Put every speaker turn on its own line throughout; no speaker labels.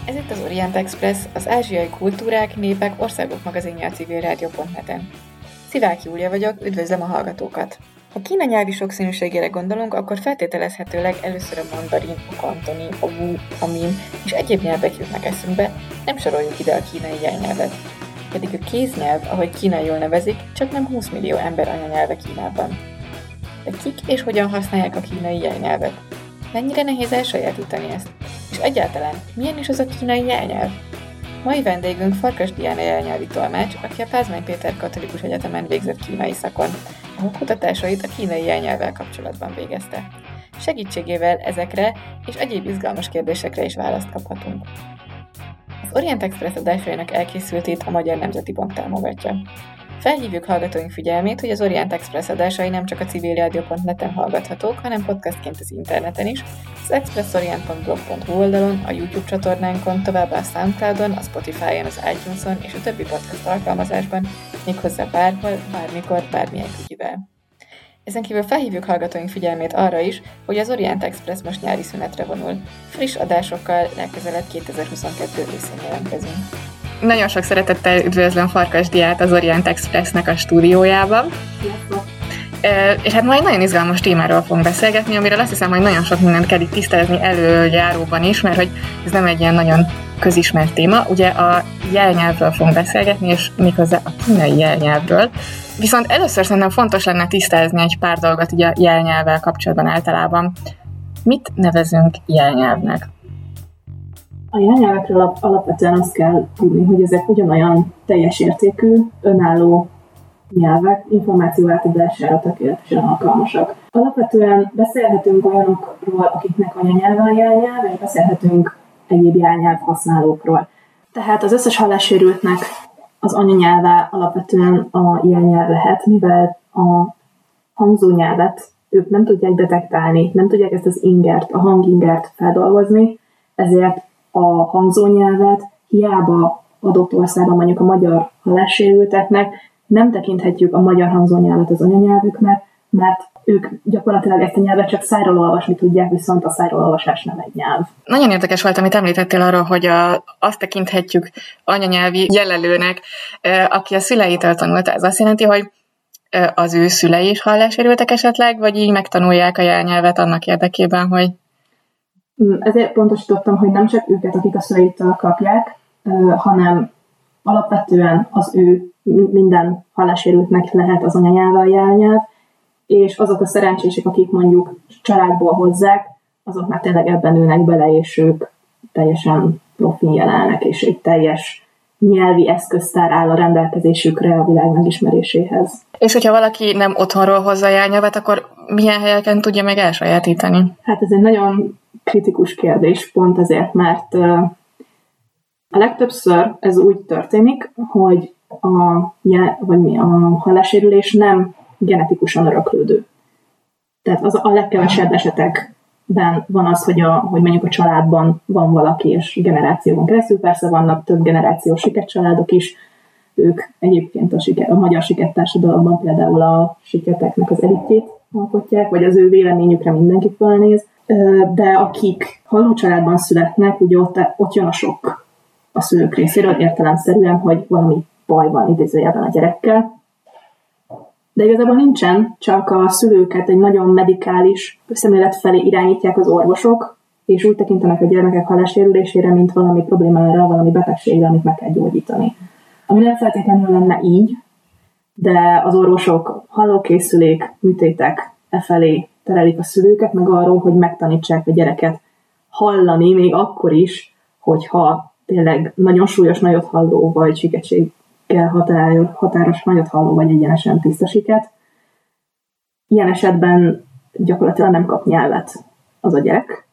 Ez itt az Orient Express, az ázsiai kultúrák, népek, országok magazinja a civilradio.net-en. Szivák Júlia vagyok, üdvözlöm a hallgatókat! Ha Kína nyelvi sokszínűségére gondolunk, akkor feltételezhetőleg először a mandarin, a kantoni, a wu, a min és egyéb nyelvek jutnak eszünkbe, nem soroljuk ide a kínai jelnyelvet. Pedig a kéznyelv, ahogy kínaiul nevezik, csak nem 20 millió ember anyanyelve Kínában. De kik és hogyan használják a kínai jelnyelvet? Mennyire nehéz elsajátítani ezt? És egyáltalán, milyen is az a kínai jelnyelv? Mai vendégünk Farkas Diana jelnyelvi tolmács, aki a Pázmány Péter Katolikus Egyetemen végzett kínai szakon, ahol kutatásait a kínai jelnyelvvel kapcsolatban végezte. Segítségével ezekre és egyéb izgalmas kérdésekre is választ kaphatunk. Az Orient Express adásainak elkészültét a Magyar Nemzeti Bank támogatja. Felhívjuk hallgatóink figyelmét, hogy az Orient Express adásai nem csak a civilradio.net-en hallgathatók, hanem podcastként az interneten is, az expressorient.blog.hu oldalon, a YouTube csatornánkon, továbbá a Soundcloudon, a Spotify-on, az iTunes-on és a többi podcast alkalmazásban, méghozzá bárhol, bármikor, bármilyen kütyüvel. Ezen kívül felhívjuk hallgatóink figyelmét arra is, hogy az Orient Express most nyári szünetre vonul. Friss adásokkal legközelebb 2022 őszén jelentkezünk. Nagyon sok szeretettel üdvözlöm Farkas Diát az Orient Expressnek a stúdiójában. És hát ma egy nagyon izgalmas témáról fogunk beszélgetni, amiről azt hiszem, hogy nagyon sok mindent kell itt tisztázni előjáróban is, mert hogy ez nem egy ilyen nagyon közismert téma. Ugye a jelnyelvről fogunk beszélgetni, és méghozzá a kínai jelnyelvről. Viszont először szerintem fontos lenne tisztázni egy pár dolgot így a jelnyelvvel kapcsolatban általában. Mit nevezünk jelnyelvnek?
A jelnyelvekről alapvetően azt kell tudni, hogy ezek ugyanolyan teljes értékű, önálló nyelvek, információ átadására tökéletesen alkalmasak. Alapvetően beszélhetünk olyanokról, akiknek anyanyelve a jelnyelv, és beszélhetünk egyéb jelnyelv használókról. Tehát az összes hallássérültnek az anyanyelve alapvetően a jelnyelv lehet, mivel a hangzónyelvet ők nem tudják detektálni, nem tudják ezt az ingert, a hangingert feldolgozni, ezért a hangzónyelvet hiába adott országban, mondjuk a magyar hallássérülteknek nem tekinthetjük a magyar hangzónyelvet az anyanyelvüknek, mert ők gyakorlatilag ezt a nyelvet csak szájról olvasni tudják, viszont a szájról olvasás nem egy nyelv.
Nagyon érdekes volt, amit említettél arról, hogy azt tekinthetjük anyanyelvi jelölőnek, aki a szüleitől tanulta. Ez azt jelenti, hogy az ő szülei is hallássérültek esetleg, vagy így megtanulják a jelnyelvet annak érdekében, hogy...
Ezért pontosítottam, hogy nem csak őket, akik a szüleitől kapják, hanem alapvetően az ő minden hallássérültnek lehet az anyanyelve a jelnyelv, és azok a szerencsések, akik mondjuk családból hozzák, azok már tényleg ebben nőnek bele, és ők teljesen profin jelennek, és egy teljes nyelvi eszköztár áll a rendelkezésükre a világ megismeréséhez.
És hogyha valaki nem otthonról hozza a jelnyelvet, akkor milyen helyeken tudja meg elsajátítani?
Hát ez egy nagyon kritikus kérdés, pont azért, mert a legtöbbször ez úgy történik, hogy a hallássérülés nem genetikusan öröklődő. Tehát az a legkevesebb esetekben van az, hogy mondjuk a családban van valaki, és generációban keresztül, persze vannak több generációs siketcsaládok is, ők egyébként a magyar sikettársadalomban például a siketeknek az elitjét alkotják, vagy az ő véleményükre mindenki fölnéz, de akik halló családban születnek, ugye ott jön a sok a szülők részéről értelemszerűen, hogy valami baj van idézőjelben a gyerekkel. De igazából nincsen, csak a szülőket egy nagyon medikális szemlélet felé irányítják az orvosok, és úgy tekintenek a gyermekek hallássérülésére, mint valami problémára, valami betegségre, amit meg kell gyógyítani. Ami nem feltétlenül lenne így, de az orvosok hallókészülék, műtétek felé terelik a szülőket, meg arról, hogy megtanítsák a gyereket hallani, még akkor is, hogyha tényleg nagyon súlyos nagyot halló, vagy siketséggel határos nagyot halló, vagy egyenesen tiszta siket. Ilyen esetben gyakorlatilag nem kap nyelvet az a gyerek.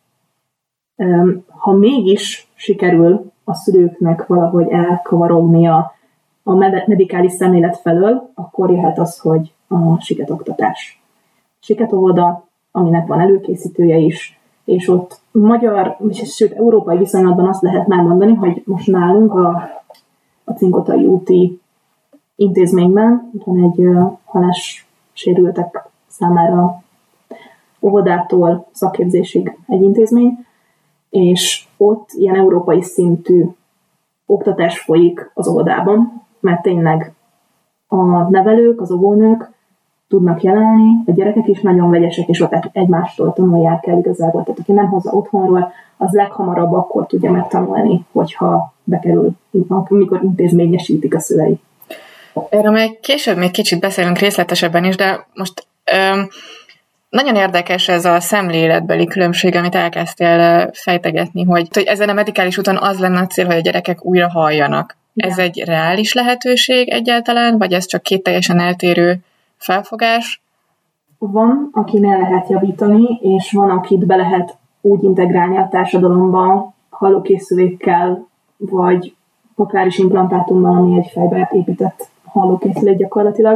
Ha mégis sikerül a szülőknek valahogy elkavarognia a medikális szemlélet felől, akkor jöhet az, hogy a siketoktatás. Siketóvoda, aminek van előkészítője is, és ott magyar, sőt európai viszonylatban azt lehet már mondani, hogy most nálunk a Cinkotai úti intézményben van egy hallássérültek számára óvodától szakképzésig egy intézmény, és ott ilyen európai szintű oktatás folyik az óvodában, mert tényleg a nevelők, az óvónők tudnak jelenni, a gyerekek is nagyon vegyesek, és ott egymástól tanulják el igazából. Tehát aki nem hozza otthonról, az leghamarabb akkor tudja megtanulni, hogyha bekerül, amikor intézményesítik a szülei.
Erről még később még kicsit beszélünk részletesebben is, de most nagyon érdekes ez a szemléletbeli különbség, amit elkezdtél fejtegetni, hogy ezen a medikális úton az lenne a cél, hogy a gyerekek újra halljanak. Igen. Ez egy reális lehetőség egyáltalán, vagy ez csak két teljesen eltérő felfogás?
Van, akinél lehet javítani, és van, akit be lehet úgy integrálni a társadalomba hallókészülékkel, vagy akár implantátummal, ami egy fejbe épített hallókészülék gyakorlatilag,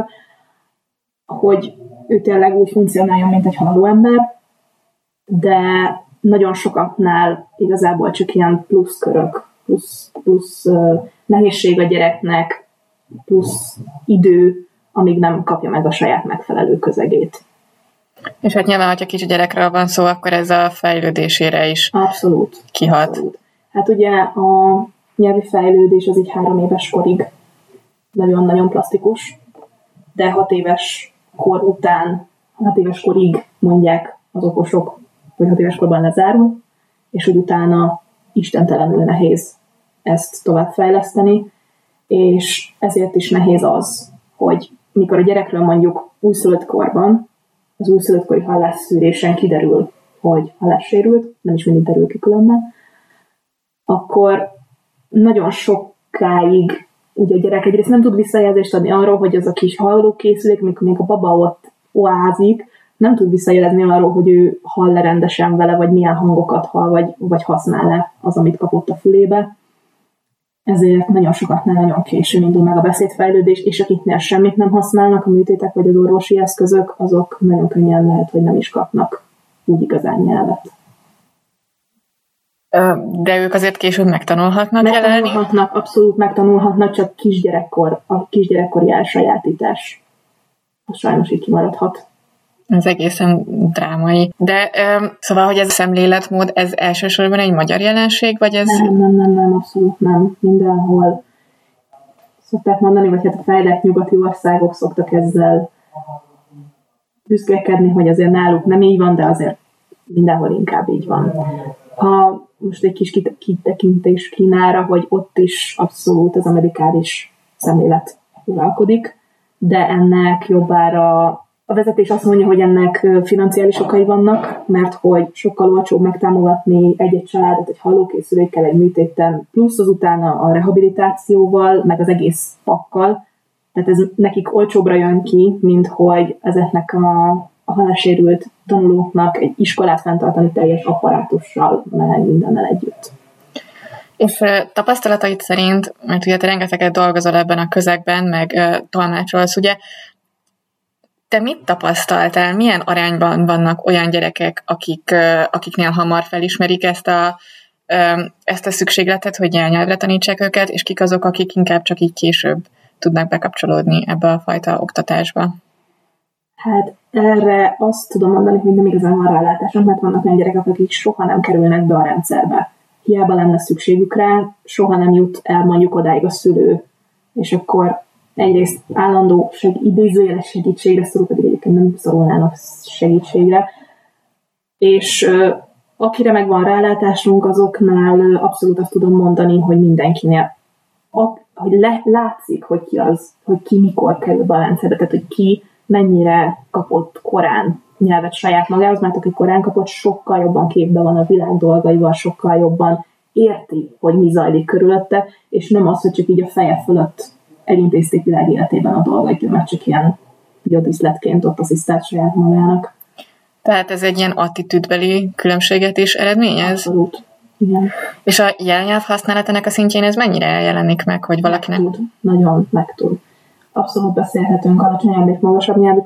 hogy ő tényleg úgy funkcionáljon, mint egy halló ember, de nagyon sokaknál igazából csak ilyen plusz körök, plusz nehézség a gyereknek, plusz idő, amíg nem kapja meg a saját megfelelő közegét.
És hát nyilván, hogyha kicsi gyerekről van szó, akkor ez a fejlődésére is
abszolút
kihat.
Abszolút. Hát ugye a nyelvi fejlődés az így 3 éves korig nagyon-nagyon plastikus, de 6 éves kor után, 6 éves korig mondják az okosok, hogy 6 éves korban lezárul, és hogy utána istentelenül nehéz ezt továbbfejleszteni, és ezért is nehéz az, hogy mikor a gyerekről mondjuk újszülött korban, az újszülöttkori hallásszűrésen kiderül, hogy hallássérült, nem is mindig derül ki különben, akkor nagyon sokáig ugye a gyerek egyrészt nem tud visszajelzést adni arról, hogy az a kis hallókészülék, mikor még a baba ott oázik, nem tud visszajelezni arról, hogy ő hall-e rendesen vele, vagy milyen hangokat hall, vagy használ-e az, amit kapott a fülébe. Ezért nagyon sokaknál nagyon későn indul meg a beszédfejlődés, és akiknél semmit nem használnak, a műtétek vagy az orvosi eszközök, azok nagyon könnyen lehet, hogy nem is kapnak úgy igazán nyelvet.
De ők azért később megtanulhatnak jelenni?
Megtanulhatnak, abszolút megtanulhatnak, csak a kisgyerekkori elsajátítás az sajnos így kimaradhat.
Ez egészen drámai. De szóval, hogy ez a szemléletmód, ez elsősorban egy magyar jelenség, vagy ez...
Nem, abszolút nem. Mindenhol szokták mondani, vagy hát a fejlett nyugati országok szoktak ezzel büszkélkedni, hogy azért náluk nem így van, de azért mindenhol inkább így van. Ha most egy kis kitekintés Kínára, hogy ott is abszolút ez a medikális szemlélet uralkodik, de ennek jobbára a vezetés azt mondja, hogy ennek financiális okai vannak, mert hogy sokkal olcsóbb megtámogatni egy-egy családot egy hallókészülékkel, egy műtéttel, plusz azután a rehabilitációval, meg az egész pakkal. Tehát ez nekik olcsóbbra jön ki, mint hogy ezeknek a hallássérült tanulóknak egy iskolát fenntartani teljes apparátussal, meg mindennel együtt.
És tapasztalatait szerint, mert ugye te rengeteget dolgozol ebben a közegben, meg tolmácsolsz, ugye, te mit tapasztaltál? Milyen arányban vannak olyan gyerekek, akiknél hamar felismerik ezt a szükségletet, hogy nyelvre tanítsák őket, és kik azok, akik inkább csak így később tudnak bekapcsolódni ebbe a fajta oktatásba?
Hát erre azt tudom mondani, hogy nem igazán van rálátásom, mert vannak olyan gyerekek, akik soha nem kerülnek be a rendszerbe. Hiába lenne szükségük rá, soha nem jut el mondjuk odáig a szülő, és akkor egyrészt állandó idézőjeles segítségre szorul, pedig egyébként nem szorulnának segítségre, és akire meg van rálátásunk, azoknál abszolút azt tudom mondani, hogy mindenkinél, hogy látszik, hogy ki az, hogy ki mikor kerül be a rendszerbe, tehát hogy ki mennyire kapott korán nyelvet saját magához, mert aki korán kapott, sokkal jobban képben van a világ dolgaival, sokkal jobban érti, hogy mi zajlik körülötte, és nem az, hogy csak így a feje fölött elintézték világ életében a dolgait, mert csak ilyen biodíszletként ott asszisztált saját magának.
Tehát ez egy ilyen attitűdbeli különbséget is eredményez?
Abszolút, igen.
És a jelnyelv használatának a szintjén ez mennyire jelenik meg, hogy valakinek?
Nagyon meg tud. Abszolút beszélhetünk alacsonyabb és magasabb nyelvi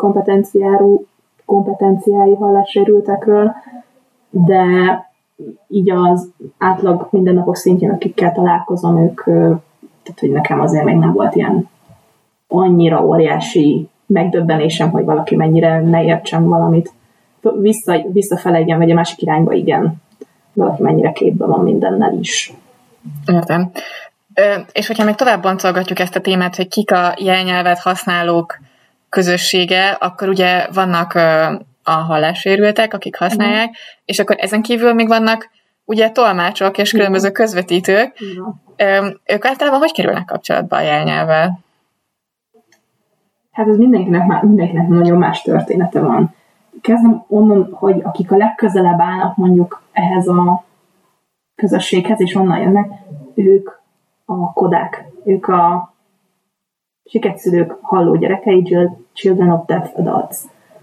kompetenciájú hallássérültekről, de így az átlag mindennapos szintjén, akikkel találkozom, ők, tehát hogy nekem azért még nem volt ilyen annyira óriási megdöbbenésem, hogy valaki mennyire ne értsen valamit. Visszafele igen, vagy a másik irányba igen. valaki mennyire képben van mindennel is.
Értem. És hogyha még tovább boncolgatjuk ezt a témát, hogy kik a jelnyelvet használók közössége, akkor ugye vannak a hallássérültek, akik használják, és akkor ezen kívül még vannak ugye tolmácsok és különböző közvetítők. Ők általában hogy kerülnek kapcsolatba a jelnyelvvel?
Hát ez mindenkinek nagyon más története van. Kezdem onnan, hogy akik a legközelebb állnak mondjuk ehhez a közösséghez, és onnan jönnek, ők a kodák, ők a siketszülők halló gyerekei, Children of Deaf Adults.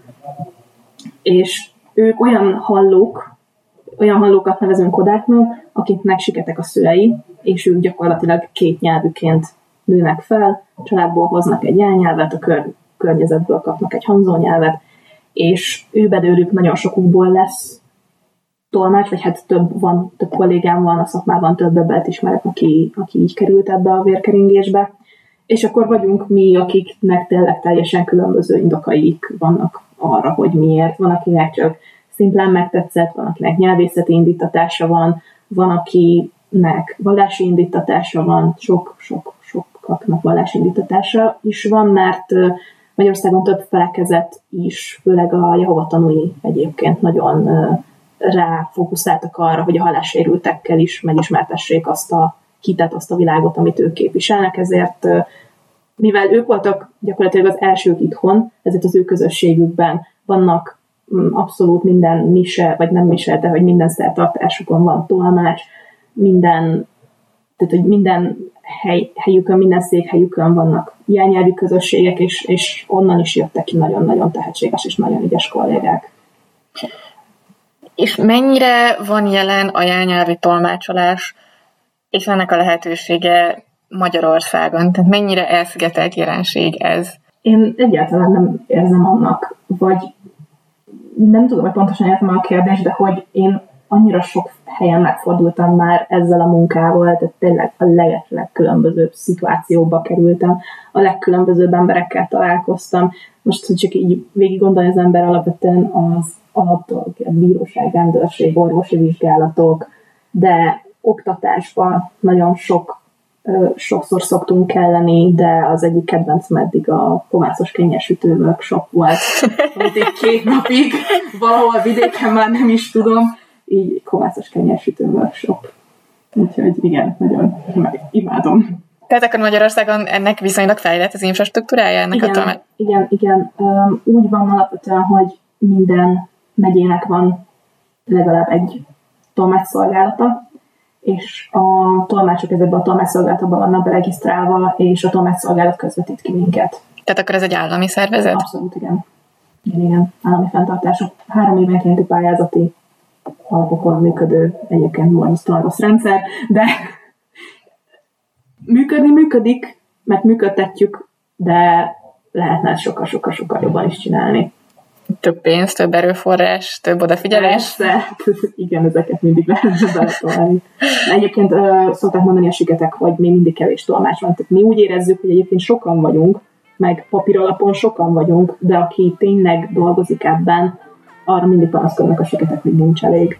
És ők olyan hallókat nevezünk kodáknak, akiknek siketek a szülei, és ők gyakorlatilag két nyelvűként nőnek fel, családból hoznak egy jelnyelvet, a környezetből kapnak egy hanzónyelvet, és belőlük nagyon sokukból lesz tolmács, vagy hát több kollégám van a szakmában, több ebbet ismerek, aki így került ebbe a vérkeringésbe. És akkor vagyunk mi, akiknek tényleg teljesen különböző indokaik vannak arra, hogy miért. Van, akinek csak szimplán megtetszett, van, akinek nyelvészeti indítatása van, akinek vallási indítatása van, sokaknak vallási indítatása is van, mert Magyarországon több felekezet is, főleg a Jehova tanúi egyébként nagyon ráfókuszáltak arra, hogy a hallássérültekkel is megismertessék azt a hitet, azt a világot, amit ők képviselnek, ezért mivel ők voltak gyakorlatilag az elsők itthon, ezért az ő közösségükben vannak abszolút minden mise, vagy nem mise, de hogy minden szertartásukon van tolmács, tehát hogy minden helyükön, minden székhelyükön vannak jelnyelvi közösségek, és onnan is jöttek ki nagyon-nagyon tehetséges és nagyon ügyes kollégák.
És mennyire van jelen a jelnyelvi tolmácsolás, és ennek a lehetősége Magyarországon? Tehát mennyire elszigetelt jelenség ez?
Én egyáltalán nem érzem annak, vagy nem tudom, hogy pontosan értem a kérdést, de hogy én annyira sok helyen megfordultam már ezzel a munkával, tehát tényleg a legkülönbözőbb szituációba kerültem, a legkülönbözőbb emberekkel találkoztam. Most, hogy csak így végig gondolni az ember, alapvetően az alaptól, bíróság, rendőrség, orvosi vizsgálatok, de oktatásban nagyon sokszor szoktunk kelleni, de az egyik kedvencem eddig a kovászos kényesütő workshop volt. Volt egy 2 napig, valahol vidéken már nem is tudom, így kovászos kényesütő workshop. Úgyhogy igen, nagyon imádom.
Tehát akkor Magyarországon ennek viszonylag fejlett az infrastruktúrája?
Igen. Úgy van alapvetően, hogy minden megyének van legalább egy tolmácsszolgálata, és a tolmácsok ezekben a tolmácsszolgálatokban vannak beregisztrálva, és a tolmácsszolgálat közvetít ki minket.
Tehát akkor ez egy állami szervezet?
Abszolút, igen. Igen, állami fenntartások. 3 évenkénti pályázati alapokon működő, egyébként borzasztóan rossz rendszer, de működik, mert működtetjük, de lehetne sokkal jobban is csinálni.
Több pénz, több erőforrás, több odafigyelés?
Persze, igen, ezeket mindig lehetne beletolni. Egyébként szokták mondani a siketek, hogy még mindig kevés tolmács van. Tehát mi úgy érezzük, hogy egyébként sokan vagyunk, meg papíralapon sokan vagyunk, de aki tényleg dolgozik ebben, arra mindig panaszkodnak a siketek, hogy nincs elég.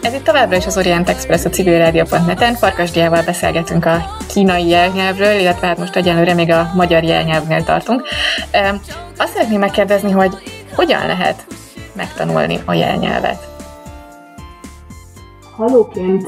Ez itt továbbra is az Orient Express a civilradio.net-en. Farkas Diával beszélgetünk a kínai jelnyelvről, illetve hát most egyelőre még a magyar jelnyelvnél tartunk. Azt szeretném megkérdezni, hogy hogyan lehet megtanulni a jelnyelvet?
Hallóként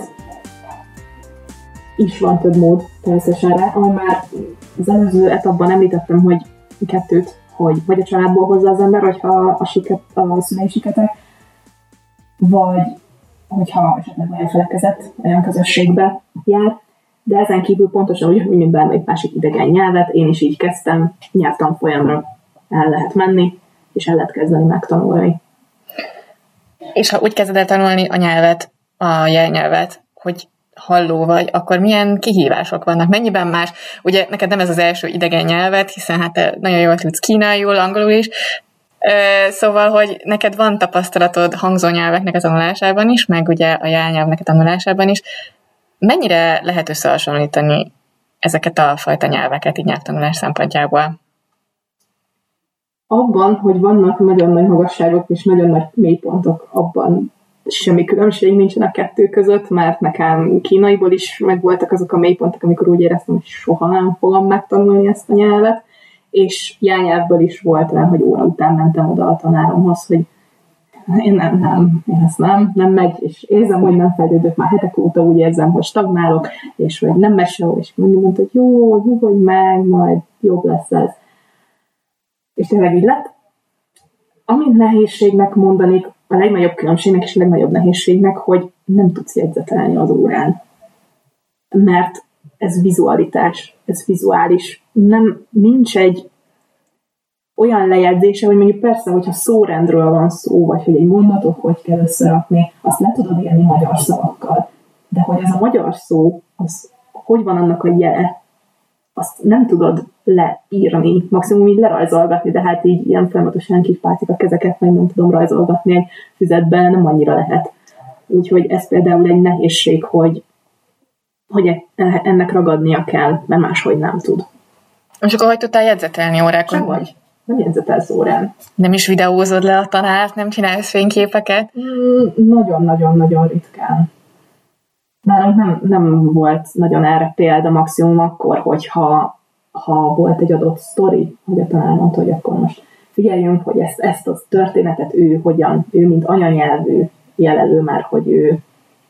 is van több mód természetesen rá, ahogy már az előző etapban említettem, hogy kettőt, hogy vagy a családból hozza az ember, hogyha a szülei siketek, vagy hogyha esetleg olyan felekezett, olyan közösségbe jár, de ezen kívül pontosan úgy, mint bármelyik másik idegen nyelvet, én is így kezdtem, nyelvtanfolyamra el lehet menni, és el lehet kezdeni megtanulni.
És ha úgy kezded el tanulni a nyelvet, a jelnyelvet, hogy halló vagy, akkor milyen kihívások vannak? Mennyiben más? Ugye neked nem ez az első idegen nyelvet, hiszen hát te nagyon jól tudsz kínaiul, angolul is, szóval, hogy neked van tapasztalatod hangzónyelveknek a tanulásában is, meg ugye a jelnyelvnek a tanulásában is. Mennyire lehet összehasonlítani ezeket a fajta nyelveket így nyelvtanulás szempontjából?
Abban, hogy vannak nagyon nagy magasságok és nagyon nagy mélypontok, abban semmi különbség nincsen a kettő között, mert nekem kínaiból is megvoltak azok a mélypontok, amikor úgy éreztem, hogy soha nem fogom megtanulni ezt a nyelvet, és jelnyelvből is volt olyan, hogy óra után mentem oda a tanáromhoz, hogy én ezt nem megy, és érzem, hogy nem fejlődök, már hetek óta úgy érzem, hogy stagnálok, és hogy nem megy sehol, és mindig mondta, hogy jó, nyugodj meg, majd jobb lesz ez. És tényleg így lett. Amit nehézségnek mondanék, a legnagyobb különbségnek és a legnagyobb nehézségnek, hogy nem tudsz jegyzetelni az órán. Mert ez vizualitás, ez vizuális. Nincs egy olyan lejegyzése, hogy mondjuk persze, hogyha szórendről van szó, vagy hogy egy mondatot hogy kell összerakni, azt le tudod írni magyar szavakkal. De hogy ez a magyar szó, az hogy van annak a jele, azt nem tudod leírni, maximum így lerajzolgatni, de hát így ilyen folyamatosan kis pálcik a kezeket, meg nem tudom rajzolgatni egy füzetben, nem annyira lehet. Úgyhogy ez például egy nehézség, hogy ennek ragadnia kell, mert máshogy nem tud.
És akkor hogy tudtál jegyzetelni órákon?
Sehogy. Nem jegyzetelsz órán.
Nem is videózod le a tanárt, nem csinálsz fényképeket?
Nagyon-nagyon-nagyon ritkán. Nálunk nem volt nagyon erre példa, maximum akkor, hogyha volt egy adott sztori, hogy a tanár mondta, hogy akkor most figyeljünk, hogy ezt a történetet ő mint anyanyelvű jelelő már, hogy ő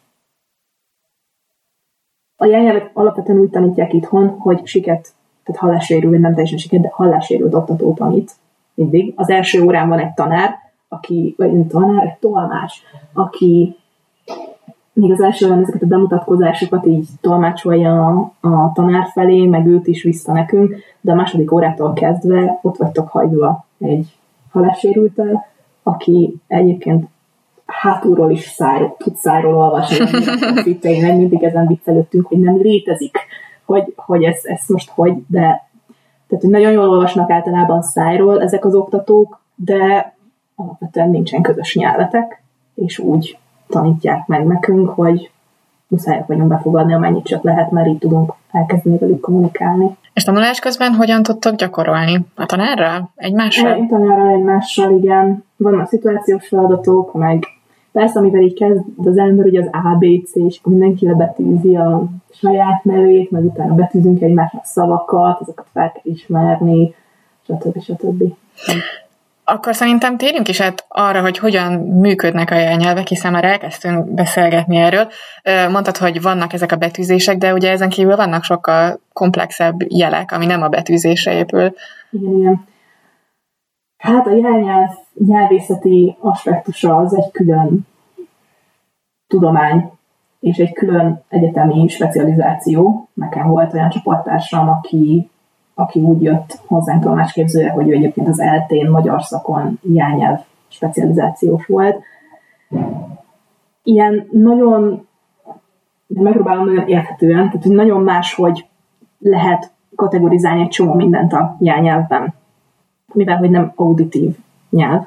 a jelnyelvet alapvetően úgy tanítják itthon, hogy siket, tehát hallássérült, nem teljesen siket, de hallássérült oktató tanít mindig. Az első órán van egy tanár, egy tolmács, aki még az első órán ezeket a bemutatkozásokat így tolmácsolja a tanár felé, meg őt is vissza nekünk, de a második órától kezdve ott vagytok hagyva egy hallássérülttel, aki egyébként hátulról is tud szájról olvasni. Meg mindig ezen viccelődtünk, hogy nem létezik, hogy ez most hogy, de tehát, hogy nagyon jól olvasnak általában szájról ezek az oktatók, de alapvetően nincsen közös nyelvetek, és úgy tanítják meg nekünk, hogy muszájak vagyunk befogadni, amennyit csak lehet, mert így tudunk elkezdeni velük kommunikálni.
És tanulás közben hogyan tudtok gyakorolni? A tanárral? Egymással?
A tanárral egymással, igen. Vannak szituációs feladatok, meg persze, amivel így kezd az ember, ugye az ABC, és mindenki lebetűzi a saját nevét, meg utána betűzünk egymásnak szavakat, azokat fel kell ismerni, stb.
Akkor szerintem térjünk is át arra, hogy hogyan működnek a jelnyelvek, hiszen már elkezdtünk beszélgetni erről. Mondtad, hogy vannak ezek a betűzések, de ugye ezen kívül vannak sokkal komplexebb jelek, ami nem a betűzésre épül.
Igen. Hát a jelnyelv nyelvészeti aspektusa az egy külön tudomány, és egy külön egyetemi specializáció. Nekem volt olyan csoporttársam, aki úgy jött hozzánk tanácsképzőre, hogy ő egyébként az ELTE-n magyar szakon jelnyelv specializációs volt. Ilyen nagyon, megpróbálom nagyon érthetően, tehát hogy nagyon máshogy lehet kategorizálni egy csomó mindent a jelnyelvben, mivel hogy nem auditív nyelv.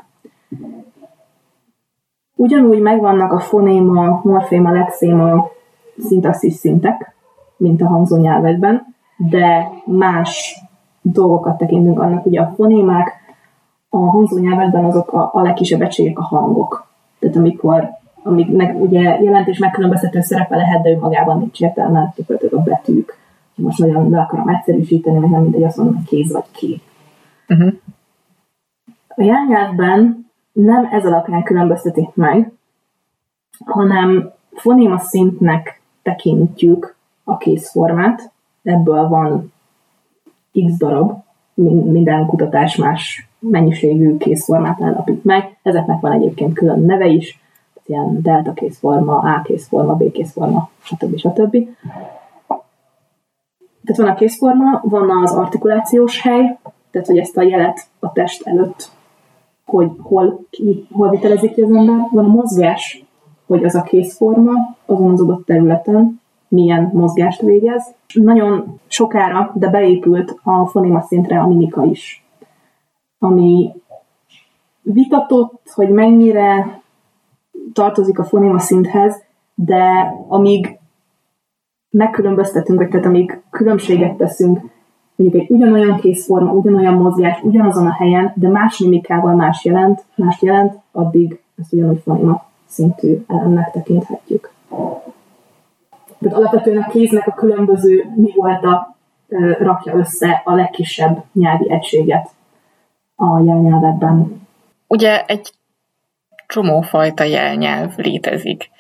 Ugyanúgy megvannak a fonéma, morféma, lexéma, szintaxis szintek, mint a hangzónyelvekben, de más dolgokat tekintünk annak, ugye a fonémák a hangzónyelvekben azok a legkisebb egységek a hangok. Tehát amikor amiknek ugye jelentés megkülönböztető szerepe lehet, de önmagában nincs értelme, például a betűk. Most nagyon le akarom egyszerűsíteni, mert nem mindegy, azt mondom, hogy kéz vagy ké. Uh-huh. A jelnyelvben nem ez alapján különböztetik meg, hanem fonéma szintnek tekintjük a készformát, ebből van x darab, minden kutatás más mennyiségű készformát állapít meg, ezeknek van egyébként külön neve is, ilyen delta készforma, A készforma, B készforma, stb. Tehát van a készforma, van az artikulációs hely, tehát hogy ezt a jelet a test előtt, hogy hol vitelezik ki az ember. Van a mozgás, hogy az a készforma azon az adott területen milyen mozgást végez. Nagyon sokára, de beépült a fonéma szintre a mimika is, ami vitatott, hogy mennyire tartozik a fonéma szinthez, de amíg megkülönböztetünk, vagy tehát amíg különbséget teszünk, mondjuk egy ugyanolyan készforma, ugyanolyan mozgás, ugyanazon a helyen, de más mimikával mást jelent, addig ezt ugyanúgy fonéma szintű elemnek tekinthetjük. Tehát alapvetően a kéznek a különböző mi volta rakja össze a legkisebb nyelvi egységet a jelnyelvekben.
Ugye egy csomófajta jelnyelv létezik.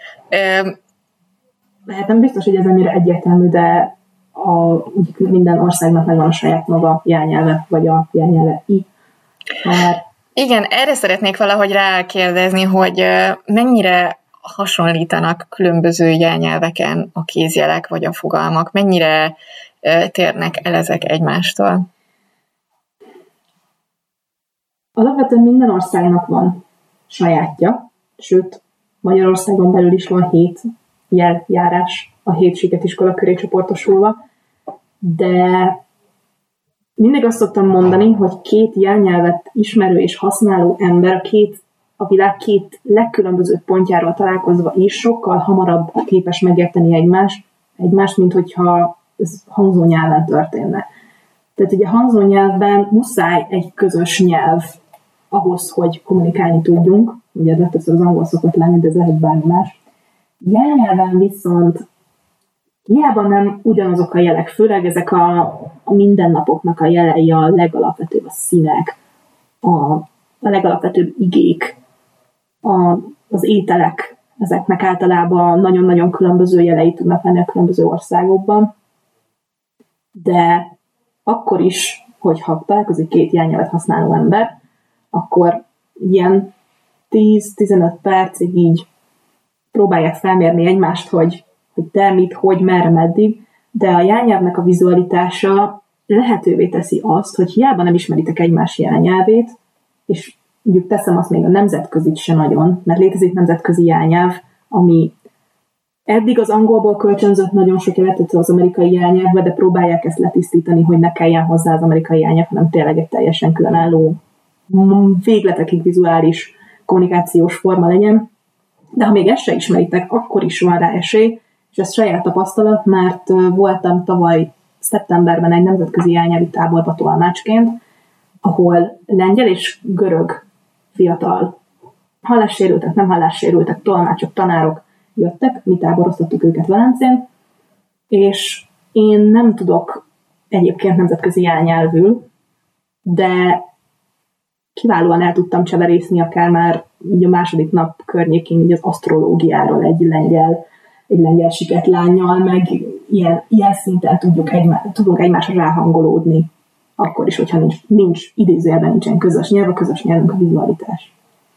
Hát nem biztos, hogy ez annyira egyértelmű, de minden országnak megvan a saját maga jelnyelve, vagy a jelnyelve i.
Igen, erre szeretnék valahogy rákérdezni, hogy mennyire hasonlítanak különböző jelnyelveken a kézjelek vagy a fogalmak, mennyire térnek el ezek egymástól?
Alapvetően minden országnak van sajátja, sőt, Magyarországon belül is van 7 jeljárás a 7 siketiskola köré csoportosulva, de mindig azt szoktam mondani, hogy 2 jelnyelvet ismerő és használó ember a világ 2 legkülönbözőbb pontjáról találkozva is sokkal hamarabb képes megérteni egymást, mint hogyha ez hangzónyelven történne. Tehát ugye hangzónyelvben muszáj egy közös nyelv ahhoz, hogy kommunikálni tudjunk. Ugye legtöbbször az angol szokott lenni, de ez lehet bármi más. Jelnyelven viszont hiába nem ugyanazok a jelek, főleg ezek a mindennapoknak a jelei, a legalapvetőbb a színek, a legalapvetőbb igék, az ételek, ezeknek általában nagyon-nagyon különböző jelei tudnak lenni a különböző országokban. De akkor is, hogyha találkozik 2 jelnyelvet használó ember, akkor ilyen 10-15 percig így próbálják felmérni egymást, hogy te mit, hogy, merre, meddig, de a jelnyelvnek a vizualitása lehetővé teszi azt, hogy hiába nem ismeritek egymás jelnyelvét, és mondjuk teszem azt még a nemzetközit se nagyon, mert létezik nemzetközi jelnyelv, ami eddig az angolból kölcsönzött nagyon sok életet az amerikai jelnyelvbe, de próbálják ezt letisztítani, hogy ne kelljen hozzá az amerikai jelnyelv, hanem tényleg egy teljesen különálló, végletekig vizuális kommunikációs forma legyen. De ha még ezt se ismeritek, akkor is van rá esély, és ez saját tapasztalat, mert voltam tavaly szeptemberben egy nemzetközi jelnyelvi táborba tolmácsként, ahol lengyel és görög fiatal hallássérültek, nem hallássérültek, tolmácsok, tanárok jöttek, mi táboroztattuk őket Velencén, és én nem tudok egyébként nemzetközi jelnyelvül, de kiválóan el tudtam cseverészni akár már így a második nap környékén így az asztrológiáról egy lengyel siketlánnyal, meg ilyen szinten tudunk egymásra ráhangolódni, akkor is, hogyha nincs idézőjelben nincsen közös nyelv, a közös nyelvünk a vizualitás.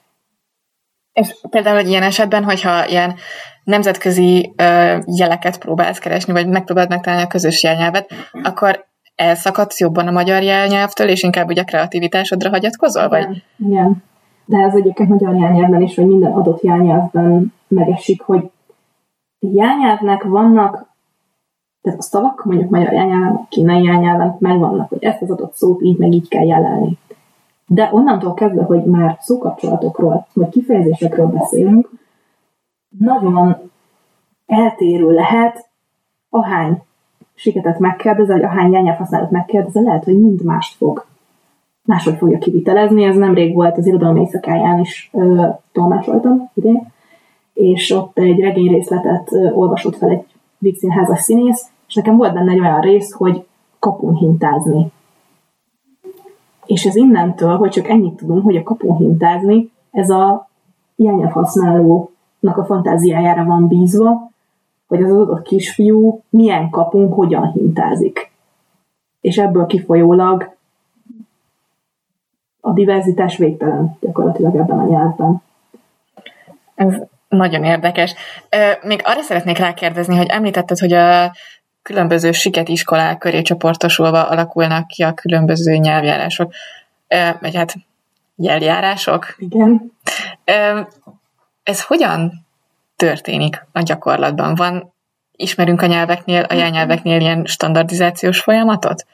És például egy ilyen esetben, hogyha ilyen nemzetközi jeleket próbálsz keresni, vagy megpróbálod megtalálni a közös jelnyelvet, akkor elszakadsz jobban a magyar jelnyelvtől, és inkább ugye a kreativitásodra hagyatkozol? Vagy?
Igen. De ez egyébként magyar jelnyelvben is, vagy minden adott jelnyelvben megesik, hogy jelnyelvnek vannak, tehát a szavak, mondjuk magyar jelnyelven, kínai jelnyelven megvannak, hogy ezt az adott szót így meg így kell jelölni. De onnantól kezdve, hogy már szókapcsolatokról, vagy kifejezésekről beszélünk, nagyon eltérő lehet, ahány siketet megkérdezel, vagy ahány jelnyelvhasználatot megkérdezel, lehet, hogy mind máshogy fogja kivitelezni. Ez nemrég volt az irodalom éjszakáján is tolmácsoltam idén, és ott egy regényrészletet olvasott fel egy Vígszínházas színész, és nekem volt benne egy olyan rész, hogy kapun hintázni. És ez innentől, hogy csak ennyit tudunk, hogy a kapun hintázni, ez a jelnyelvhasználónak a fantáziájára van bízva, hogy az adott kisfiú milyen kapun hogyan hintázik. És ebből kifolyólag a diverzitás végtelen gyakorlatilag ebben a nyelvben.
Ez nagyon érdekes. Még arra szeretnék rákérdezni, hogy említetted, hogy a különböző siket iskolák köré csoportosulva alakulnak ki a különböző nyelvjárások, vagy hát jeljárások.
Igen.
Ez hogyan történik a gyakorlatban? Ismerünk a jelnyelveknél ilyen standardizációs folyamatot?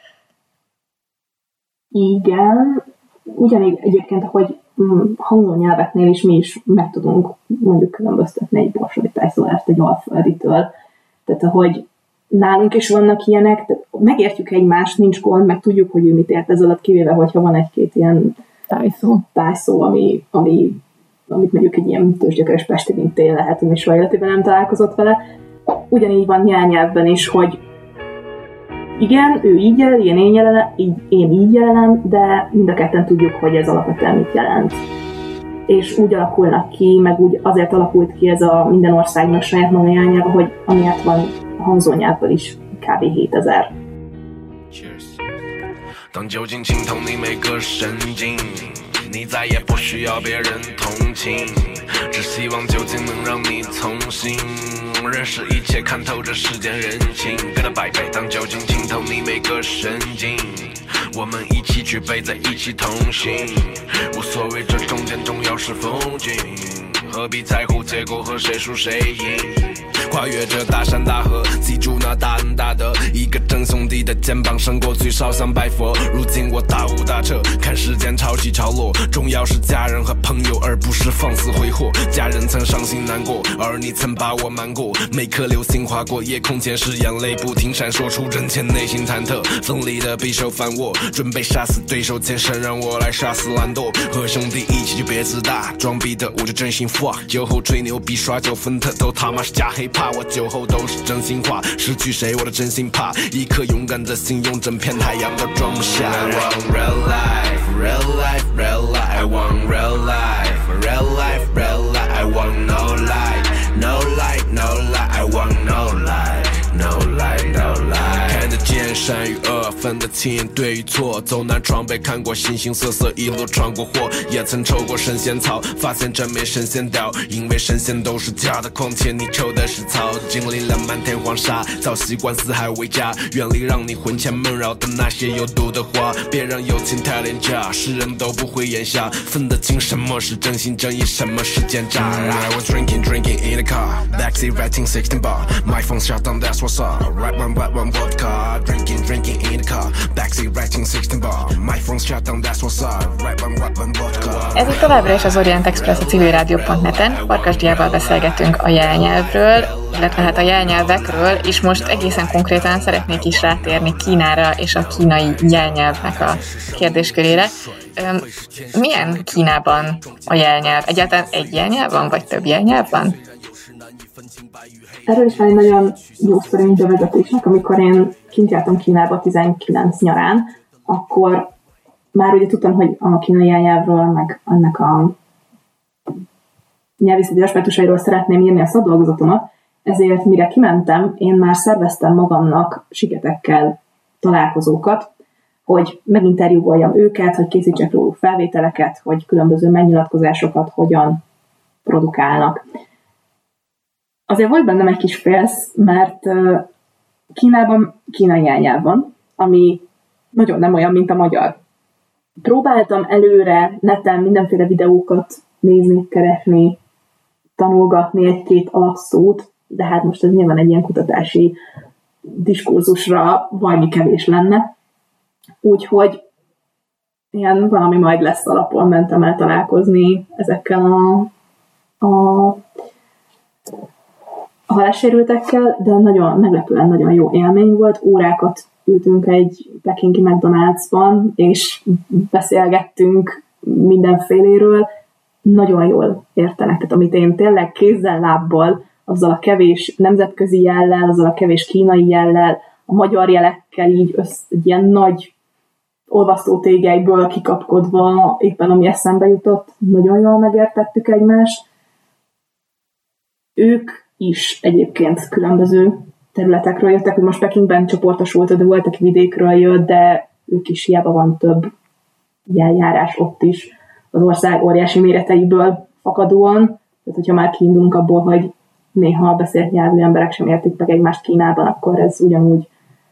Igen. Ugyanígy egyébként, hogy hangzónyelveknél is mi is meg tudunk mondjuk különböztetni egy borsodi tájszólást egy alfölditől. Tehát ahogy nálunk is vannak ilyenek, tehát megértjük egymást, nincs gond, meg tudjuk, hogy ő mit ért ez alatt, kivéve, hogyha van egy-két ilyen tájszó amit mondjuk egy ilyen tőzsgyökeres pesti mintél lehet, ami soha életében nem találkozott vele. Ugyanígy van jelnyelvben is, hogy igen, ő így jelel, én így jelelem, de mind a ketten tudjuk, hogy ez alapvetően mit jelent. És úgy alakulnak ki, meg úgy azért alakult ki ez a minden országnak saját maga jelnyelve, hogy amiatt van hangzónyelvből is kb. 7000. 当酒精浸透你每个神经，你再也不需要别人同情，只希望酒精能让你重新认识一切，看透这世间人情。跟着摆摆，当酒精浸透你每个神经，我们一起举杯，在一起同行。无所谓这中间重要是风景，何必在乎结果和谁输谁赢？跨越这大山大河，记住那大恩大德，一个真兄弟的肩膀上过去烧香拜佛。如今我大悟大彻，看世间潮起潮落，重要是家人和朋友，而不是放肆挥霍。家人曾伤心难过，而你曾把我瞒过。每颗流星划过夜空前时，眼泪不停闪烁出真切，内心忐忑，锋利的匕首反握，准备杀死对手前身，让我来杀死懒惰。和兄弟一起就别自大，装逼的我就真心话，酒后吹牛逼耍酒疯的都他妈是假黑怕。我酒后都是真心话，失去谁我的真心怕，一颗勇敢的心用整片太阳都装不下。I want real life, real life, real life. I want real life, real life, real life. I want no light, no light, no light. I want no light, no light, no light. 看得见善与恶，分得清对与错，走南闯北看过形形色色，一路闯过祸，也曾抽过神仙草，发现真没神仙屌，因为神仙都是假的，况且你抽的是草。经历了漫天黄沙，早习惯四海为家，远离让你魂牵梦绕的那些有毒的话，别让友情太廉价，世人都不会眼瞎，分得清什么是真心真意，什么是奸诈。I was drinking in the car, backseat writing 16 bar, my phone shut down, that's what's up. Right one vodka, drinking in the car, backseat writing 16 bar, my phone shut down, that's what's up. Right one vodka. Ez itt továbbra is az Orient Express a civilrádió.net-en. Farkas Diával beszélgetünk a jelnyelvről, illetve hát a jelnyelvekről, és most egészen konkrétan szeretnék is rátérni Kínára és a kínai jelnyelvnek a kérdéskörére. Milyen Kínában a jelnyelv? Egyáltalán egy jelnyelv van, vagy több jelnyelv van? Erről is van egy nagyon jó sztorim bevezetésnek, amikor én kint jártam Kínába 19 nyarán, akkor már ugye tudtam, hogy a kínai jelnyelvről, meg annak a nyelvészeti aspektusairól szeretném írni a szakdolgozatomat, ezért mire kimentem, én már szerveztem magamnak siketekkel találkozókat, hogy meginterjúvoljam őket, hogy készítsek róluk felvételeket, hogy különböző megnyilatkozásokat hogyan produkálnak. Azért volt bennem egy kis félsz, mert Kínában kínai jelnyelv van, ami nagyon nem olyan, mint a magyar. Próbáltam előre neten mindenféle videókat nézni, keresni, tanulgatni egy-két alapszót, de hát most ez nyilván egy ilyen kutatási diskurzusra valami kevés lenne. Úgyhogy ilyen valami majd lesz alapon mentem el találkozni ezekkel a hallássérültekkel, de nagyon meglepően nagyon jó élmény volt. Órákat ültünk egy pekingi McDonald'sban, és beszélgettünk mindenféléről. nagyon jól értenek. Tehát amit én tényleg kézzel, lábbal, azzal a kevés nemzetközi jellel, azzal a kevés kínai jellel, a magyar jelekkel így egy ilyen nagy olvasztótégelyből kikapkodva, éppen ami eszembe jutott, nagyon jól megértettük egymást. Ők is egyébként különböző területekről jöttek, hogy most Pekingben csoportosultak, de volt, aki vidékről jött, de ők is hiába van több járás ott is az ország óriási méreteiből fakadóan. Tehát, hogyha már kiindulunk abból, hogy néha a beszélt nyelvű emberek sem értik meg egymást Kínában, akkor ez ugyanúgy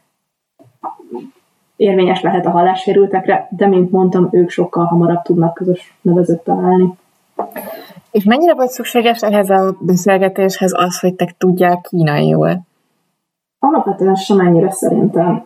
érvényes lehet a hallássérültekre, de mint mondtam, ők sokkal hamarabb tudnak közös nevezőt találni.
És mennyire volt szükséges ehhez a beszélgetéshez az, hogy te tudják kínaiul?
Alapvetően semennyire szerintem.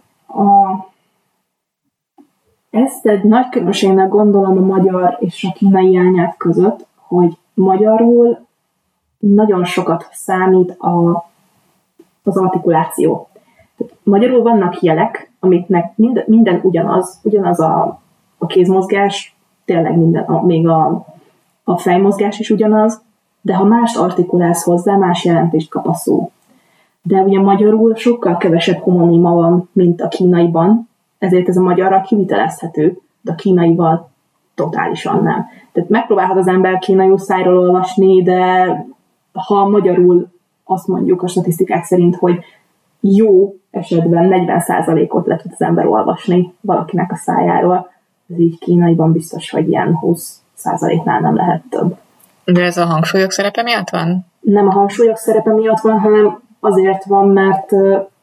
Ezt egy nagy különbségnek gondolom a magyar és a kínai jelnyelv között, hogy magyarul nagyon sokat számít az artikuláció. Tehát magyarul vannak jelek, amiknek minden ugyanaz a kézmozgás, tényleg minden, még a fejmozgás is ugyanaz, de ha mást artikulálsz hozzá, más jelentést kap a szó. De ugye magyarul sokkal kevesebb homoníma van, mint a kínaiban, ezért ez a magyarral kivitelezhető, de a kínaival totálisan nem. Tehát megpróbálhat az ember kínaiul szájról olvasni, de ha magyarul azt mondjuk a statisztikák szerint, hogy jó esetben 40%-ot le tud az ember olvasni valakinek a szájáról, ez így kínaiban biztos, hogy ilyen 20%-nál nem lehet több.
De ez a hangsúlyok szerepe miatt van?
Nem a hangsúlyok szerepe miatt van, hanem azért van, mert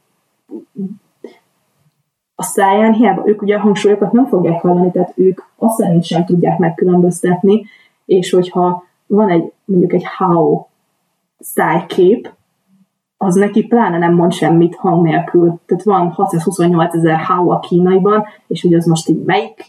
a száján hiába ők ugye a hangsúlyokat nem fogják hallani, tehát ők azt szerint sem tudják megkülönböztetni, és hogyha van mondjuk egy hao szájkép, az neki pláne nem mond semmit hang nélkül. Tehát van 628 000 hao a kínaiban, és hogy az most így melyik?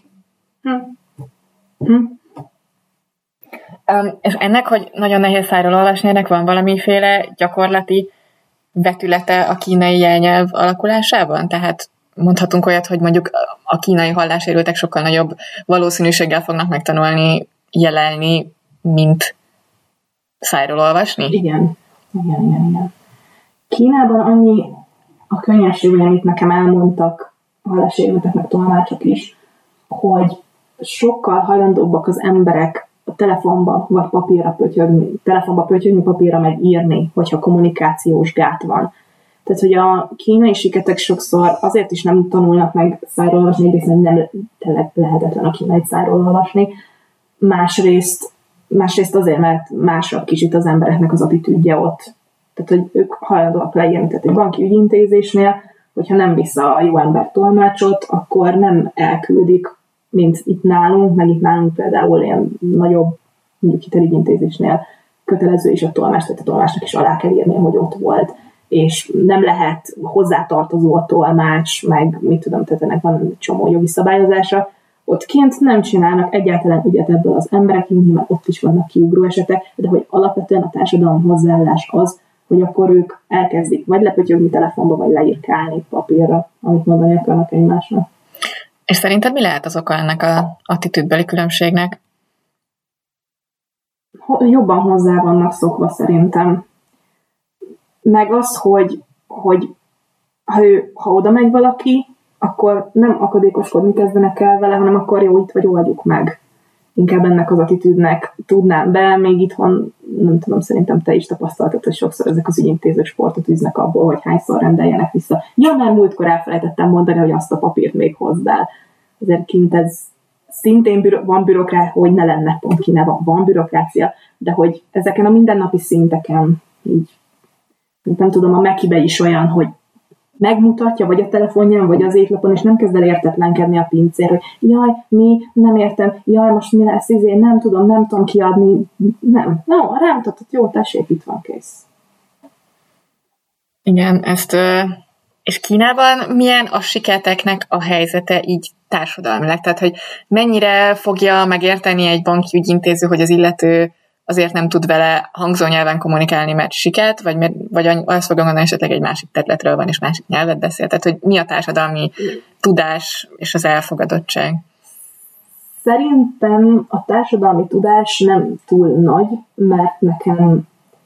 És ennek, hogy nagyon nehéz szájról olvasni, ennek van valamiféle gyakorlati vetülete a kínai jelnyelv alakulásában? Tehát mondhatunk olyat, hogy mondjuk a kínai hallássérültek sokkal nagyobb valószínűséggel fognak megtanulni jelelni, mint szájról olvasni?
Igen. Kínában annyi a könnyesség, amit nekem elmondtak a hallássérültek, meg tolmácsok is, hogy sokkal hajlandóbbak az emberek a telefonba vagy papírra pötyögni, papírra meg írni, hogyha kommunikációs gát van. Tehát, hogy a kínai siketek sokszor azért is nem tanulnak meg szájról olvasni, hiszen nem tényleg lehetetlen a kínai szájról olvasni. Másrészt azért, mert másabb kicsit az embereknek az attitűdje ott. Tehát, hogy ők hajlandóak leírni. Tehát egy banki ügyintézésnél, hogyha nem vissza a jó ember tolmácsot, akkor nem elküldik, mint itt nálunk, meg itt nálunk például ilyen nagyobb, mondjuk hitelügyintézésnél kötelező is a tolmács, tehát a tolmácsnak is alá kell írni, hogy ott volt. És nem lehet hozzátartozó a tolmács, meg mit tudom, tehát ennek van egy csomó jogi szabályozása. Ott kint nem csinálnak egyáltalán ügyet ebből az emberek, nyilván ott is vannak kiugró esetek, de hogy alapvetően a társadalmi hozzáállás az, hogy akkor ők elkezdik vagy lepötyögni telefonba, vagy leírkálni papírra, amit mondani akarnak egymásnak.
És szerinted mi lehet az oka ennek az attitűdbeli különbségnek?
Jobban hozzá vannak szokva szerintem. Meg az, hogy ha oda megy valaki, akkor nem akadékoskodni kezdenek el vele, hanem akkor jó, itt vagy oldjuk meg. Inkább ennek az attitűdnek tudnám be, még itthon, nem tudom, szerintem te is tapasztaltad, hogy sokszor ezek az ügyintézők sportot üznek abból, hogy hányszor rendeljenek vissza. Ja, már múltkor elfelejtettem mondani, hogy azt a papírt még hozd el. Azért kint ez szintén van bürokrácia, hogy ne lenne pont Kínában, van bürokrácia, de hogy ezeken a mindennapi szinteken így, nem tudom, a Mekibe is olyan, hogy megmutatja, vagy a telefonján, vagy az étlapon, és nem kezd el értetlenkedni a pincér, hogy jaj, nem értem, jaj, most mi lesz, nem tudom kiadni, nem. No, rámutatott, jó, tessék, itt van, kész.
Igen, és Kínában milyen a siketeknek a helyzete így társadalmilag? Tehát, hogy mennyire fogja megérteni egy banki ügyintéző, hogy az illető azért nem tud vele hangzónyelven kommunikálni, mert siket, vagy azt fogom gondolni, esetleg egy másik területről van, és másik nyelvet beszél. Tehát, hogy mi a társadalmi tudás és az elfogadottság?
Szerintem a társadalmi tudás nem túl nagy, mert nekem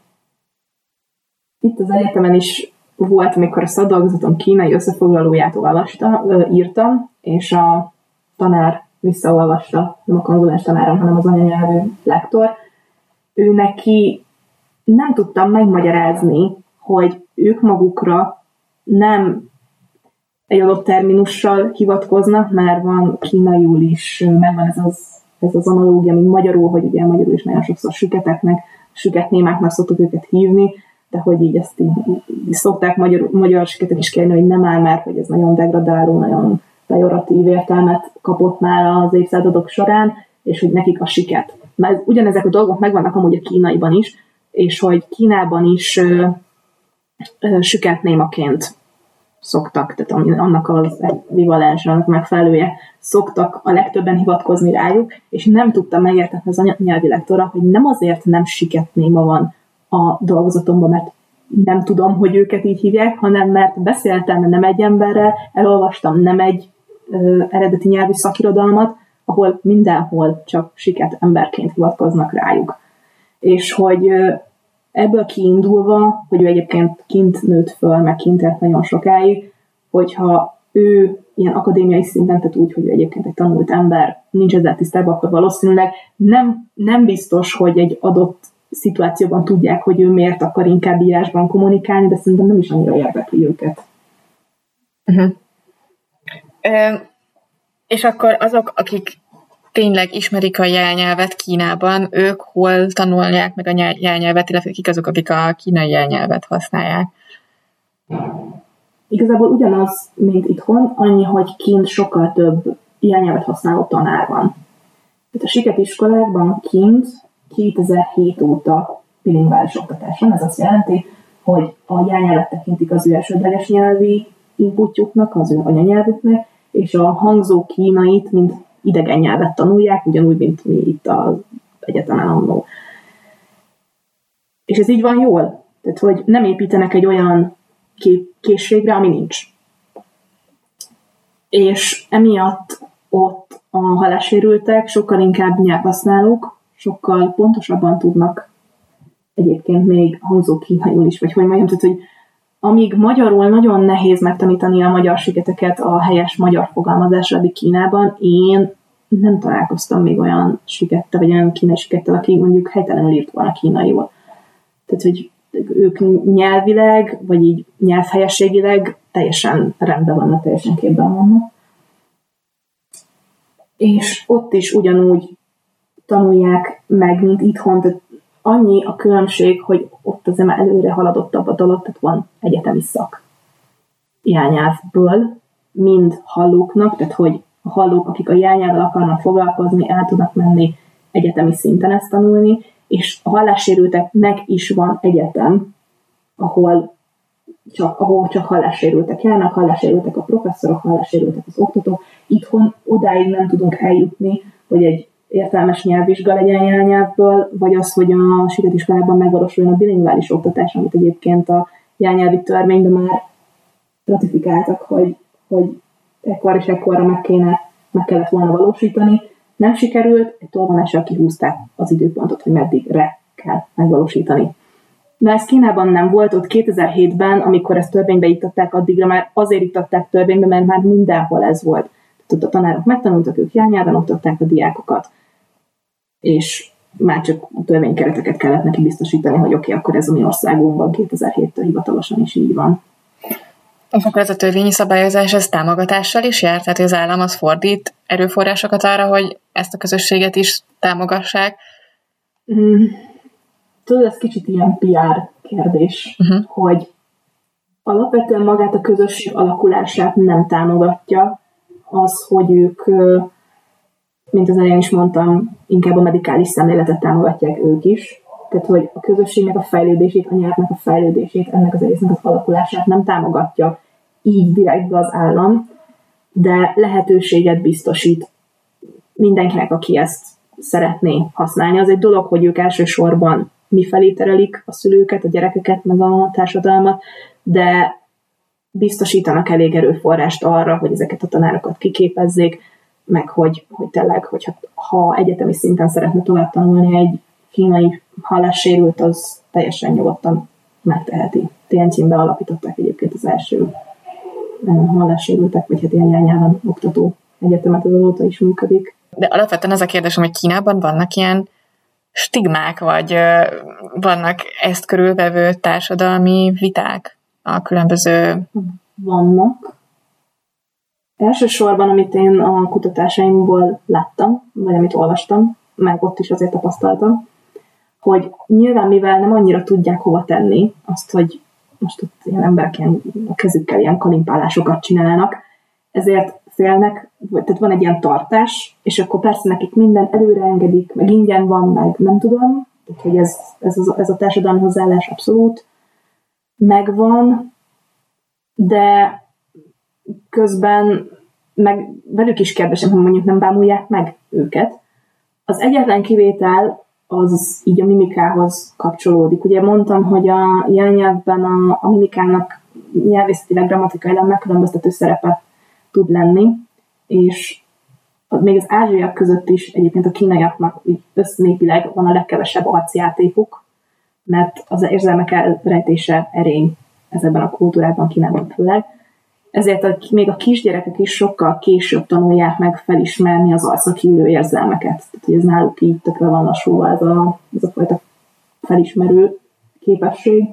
itt az egyetemen is volt, amikor a szakdolgozatom kínai összefoglalóját írtam, és a tanár visszaolvasta, nem a konzulens tanárom, hanem az anyanyelvű lektor. Ő neki nem tudtam megmagyarázni, hogy ők magukra nem egy adott terminussal hivatkoznak, mert van kínaiul is, megvan ez az analógia, mint magyarul, hogy ugye magyarul is nagyon sokszor süketnémáknak szoktuk őket hívni, de hogy így ezt így szokták magyar süketek is kérni, hogy nem áll, mert hogy ez nagyon degradáló, nagyon pejoratív értelmet kapott már az évszázadok során, és hogy nekik a siket. Mert ugyanezek a dolgok megvannak amúgy a kínaiban is, és hogy Kínában is süketnémaként szoktak, tehát annak az ekvivalens, annak megfelelője, szoktak a legtöbben hivatkozni rájuk, és nem tudtam megértetni az anyanyelvi lektora, hogy nem azért nem siketnéma van a dolgozatomban, mert nem tudom, hogy őket így hívják, hanem mert beszéltem nem egy emberrel, elolvastam nem egy eredeti nyelvű szakirodalmat, ahol mindenhol csak siket emberként hivatkoznak rájuk. És hogy ebből kiindulva, hogy ő egyébként kint nőtt föl, meg kint élt nagyon sokáig, hogyha ő ilyen akadémiai szinten, tehát úgy, hogy ő egyébként egy tanult ember, nincs ezzel tisztában, akkor valószínűleg nem biztos, hogy egy adott szituációban tudják, hogy ő miért akar inkább írásban kommunikálni, de szerintem nem is annyira érdekli őket.
Uh-huh. És akkor azok, akik tényleg ismerik a jelnyelvet Kínában, ők hol tanulják meg a jelnyelvet, illetve kik azok, akik a kínai jelnyelvet használják?
Igazából ugyanaz, mint itthon, annyi, hogy kint sokkal több jelnyelvet használó tanár van. Itt a siketiskolákban kint 2007 óta bilingvális oktatás van, ez azt jelenti, hogy a jelnyelvet tekintik az ő elsődleges nyelvi inputjuknak, az ő anyanyelvüknek, és a hangzó kínait, mint idegen nyelvet tanulják, ugyanúgy, mint mi itt az egyetemen annó. És ez így van jól. Tehát, hogy nem építenek egy olyan készségre, ami nincs. És emiatt ott a hallássérültek sokkal inkább nyelvhasználók, sokkal pontosabban tudnak egyébként még hangzó kínaiul is, vagy hogy mondjam, tehát, hogy amíg magyarul nagyon nehéz megtanítani a magyar siketeket a helyes magyar fogalmazásra, addig Kínában én nem találkoztam még olyan sikettel, vagy olyan kínai sikettel, aki mondjuk helytelenül írt volna kínaiul. Tehát, hogy ők nyelvileg, vagy így nyelvhelyességileg teljesen rendben vannak, teljesen képben vannak. És ott is ugyanúgy tanulják meg, mint itthon, tehát annyi a különbség, hogy ott az előre haladottabb a dolog, tehát van egyetemi szak jelnyelvből, mind hallóknak, tehát hogy a hallók, akik a jelnyelvvel akarnak foglalkozni, el tudnak menni egyetemi szinten ezt tanulni, és a hallássérülteknek is van egyetem, ahol csak hallássérültek járnak, hallássérültek a professzorok, hallássérültek az oktatók. Itthon odáig nem tudunk eljutni, hogy egy értelmes nyelvvizsga legyen jelnyelvből, vagy az, hogy a siketiskolában megvalósuljon a bilingvális oktatás, amit egyébként a jelnyelvi törvényben már ratifikáltak, hogy ekkor és ekkorra meg kellett volna valósítani. Nem sikerült, egy tolvonással kihúzták az időpontot, hogy meddigre kell megvalósítani. De ez Kínában nem volt, ott 2007-ben, amikor ezt törvénybe iktatták, addigra már azért iktatták törvénybe, mert már mindenhol ez volt. Tehát a tanárok megtanultak, ők jelnyelven oktatták a diákokat, és már csak a törvénykereteket kellett neki biztosítani, hogy oké, akkor ez a mi országunkban 2007-től hivatalosan is így van.
És akkor ez a törvényi szabályozás, ez támogatással is jár? Tehát az állam az fordít erőforrásokat arra, hogy ezt a közösséget is támogassák?
Tudod, ez kicsit ilyen PR kérdés, hogy alapvetően magát a közösség alakulását nem támogatja az, hogy ők, mint az elején is mondtam, inkább a medikális szemléletet támogatják ők is. Tehát, hogy a közösségnek a fejlődését, a nyelvnek a fejlődését, ennek az egésznek az alakulását nem támogatja így direktbe az állam, de lehetőséget biztosít mindenkinek, aki ezt szeretné használni. Az egy dolog, hogy ők elsősorban mifelé terelik a szülőket, a gyerekeket, meg a társadalmat, de biztosítanak elég erőforrást arra, hogy ezeket a tanárokat kiképezzék, meg hogy tényleg, hogyha ha egyetemi szinten szeretne tovább tanulni egy kínai hallássérült, az teljesen nyugodtan megteheti. Tianjinbe alapították egyébként az első hallássérültek, vagy hát ilyen nyelven oktató egyetemet, azóta is működik.
De alapvetően az a kérdésem, hogy Kínában vannak ilyen stigmák, vagy vannak ezt körülvevő társadalmi viták a különböző...
Vannak. Elsősorban, amit én a kutatásaimból láttam, vagy amit olvastam, meg ott is azért tapasztaltam, hogy nyilván mivel nem annyira tudják hova tenni azt, hogy most ott ilyen emberek ilyen, a kezükkel ilyen kalimpálásokat csinálnak, ezért félnek, tehát van egy ilyen tartás, és akkor persze nekik minden előre engedik, meg ingyen van, meg nem tudom, tehát hogy ez a társadalmi hozzáállás abszolút megvan, de közben meg velük is kérdésem, hogy mondjuk nem bámulják meg őket. Az egyetlen kivétel az így a mimikához kapcsolódik. Ugye mondtam, hogy a jelnyelvben a mimikának nyelvészetileg, grammatikailag megkülönböztető szerepe tud lenni, és még az ázsiaiak között is egyébként a kínaiaknak össznépileg van a legkevesebb arcjátékuk, mert az érzelmek elrejtése erény ezekben a kultúrákban, Kínában főleg. Ezért még a kisgyerekek is sokkal később tanulják meg felismerni az arcra kiülő érzelmeket. Tehát, hogy ez náluk így tökre van lassulva ez a fajta felismerő képesség.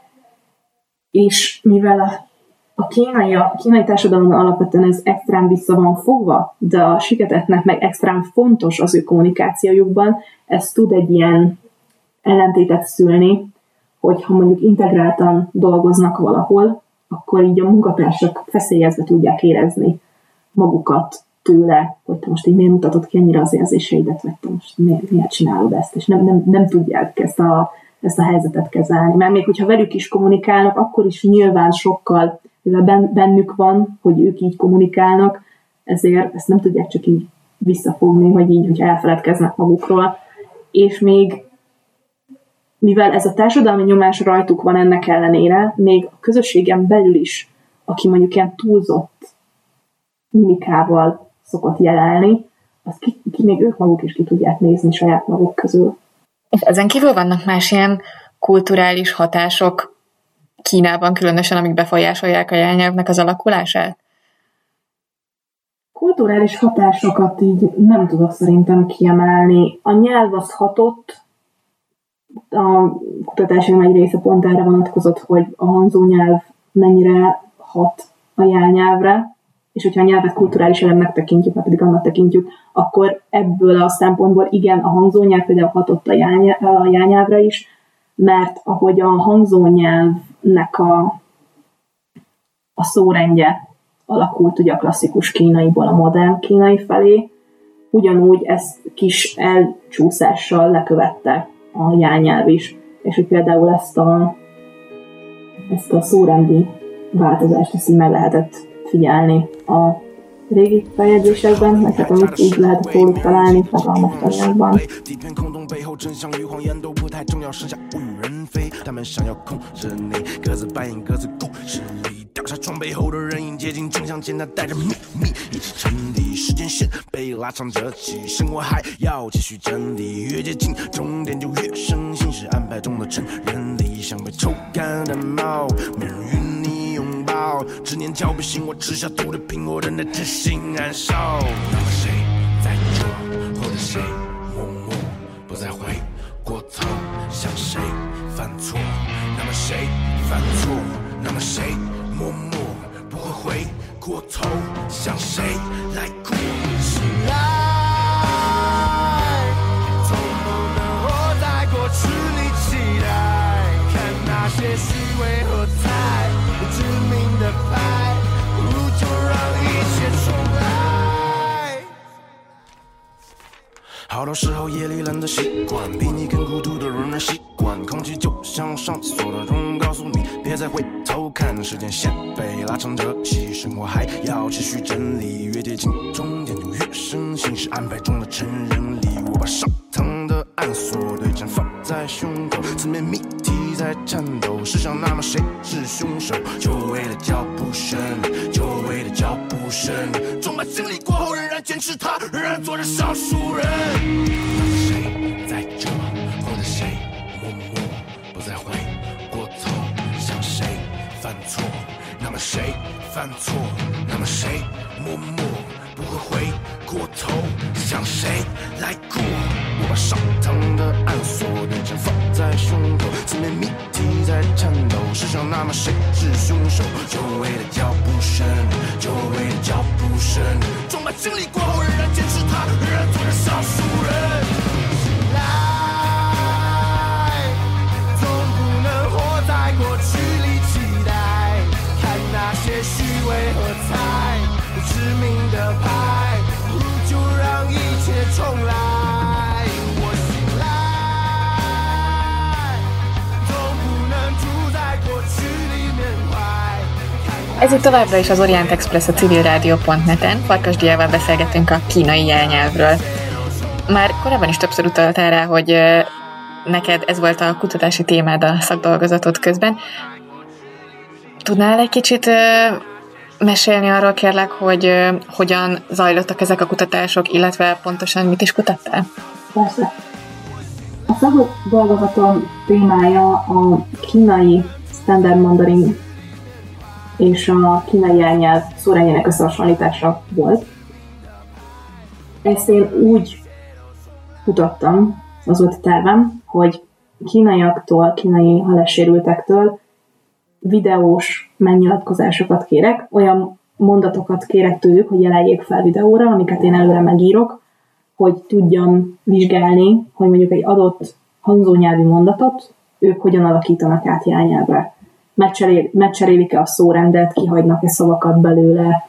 És mivel a kínai társadalomban alapvetően ez extrán vissza van fogva, de a siketetnek meg extrán fontos az ő kommunikációjukban, ez tud egy ilyen ellentétet szülni, hogyha mondjuk integráltan dolgoznak valahol, akkor így a munkatársak feszélyezve tudják érezni magukat tőle, hogy te most így miért mutatod ki ennyire az érzéseidet, vagy te most miért csinálod ezt, és nem tudják ezt a helyzetet kezelni. Mert még hogyha velük is kommunikálnak, akkor is nyilván sokkal, mivel bennük van, hogy ők így kommunikálnak, ezért ezt nem tudják csak így visszafogni, vagy így, hogy elfeledkeznek magukról. És még mivel ez a társadalmi nyomás rajtuk van ennek ellenére, még a közösségen belül is, aki mondjuk ilyen túlzott mimikával szokott jelenni, azt még ők maguk is ki tudják nézni saját maguk közül.
És ezen kívül vannak más ilyen kulturális hatások Kínában, különösen amik befolyásolják a jelnyelvnek az alakulását?
Kulturális hatásokat így nem tudok szerintem kiemelni. A nyelv az hatott, a kutatásom egy része pont erre vonatkozott, hogy a hanzó nyelv mennyire hat a jelnyelvre, és hogyha a nyelvet kulturális elemnek tekintjük, mert pedig annak tekintjük, akkor ebből a szempontból igen, a hangzó nyelv például hatott a jelnyelvre is, mert ahogy a hangzó nyelvnek a szórendje alakult ugye a klasszikus kínaiból a modern kínai felé, ugyanúgy ezt kis elcsúszással lekövette a jelnyelv is, és hogy például ezt a szórendi változást ezt így meg lehetett figyelni a régi feljegyzésekben, meg hát amit így lehetett róluk találni, meg a mostaniakban.
执念叫不醒我，吃下毒的苹果，人的真心燃烧。那么谁在这，或者谁默默不再回过头，向谁犯错？那么谁犯错？那么谁默默不会回过头，向谁来过？醒来，总不能活在过去里期待，看那些虚伪和猜。致命的牌，不如就让一切重来。好多时候夜里懒得习惯，比你更孤独的人习惯。空气就像上厕所的人告诉你，别再回头看，时间线被拉长着期，生活还要持续整理，越接近终点就越深信是安排中的成人礼。我把上膛的爱暗锁，对战放在胸口，字面谜题在颤抖。试想，那么谁是凶手？久违的脚步声，久违的脚步声，纵马经历过后，仍然坚持他，仍然做着少数人。那么谁在这，或者谁默默不再回过头，向谁犯错？那么谁犯错？那么谁默默不会回过头，向谁来过？我把上膛的暗锁对针放在胸口，字面谜题在颤抖。试想，那么谁是凶手？久违的脚步声，久违的脚步声，纵马经历过后，仍然坚持他，仍然做着少数人。醒来，总不能活在过去里期待，看那些虚伪和猜不致命的牌，不如就让一切重来。我醒来，总不能住在过去里缅怀。
Ez itt továbbra is az Orient Express a civilradio.net-en. Farkas Diával beszélgetünk a kínai jelnyelvről. Már korábban is többször utaltál rá, hogy neked ez volt a kutatási témád a szakdolgozatod közben. Tudnál egy kicsit mesélni arról, kérlek, hogy hogyan zajlottak ezek a kutatások, illetve pontosan mit is kutattál?
Persze. A szakdolgozatom témája a kínai standard mandarin és a kínai jelnyelv szórendjének összehasonlítása volt. Ezt én úgy kutattam, az volt a tervem, hogy kínaiaktól, kínai hallássérültektől videós megnyilatkozásokat kérek, olyan mondatokat kérek tőlük, hogy jeleljék fel videóra, amiket én előre megírok, hogy tudjam vizsgálni, hogy mondjuk egy adott hangzónyelvű mondatot ők hogyan alakítanak át jelnyelvre. Megcserélik-e a szórendet, kihagynak-e szavakat belőle,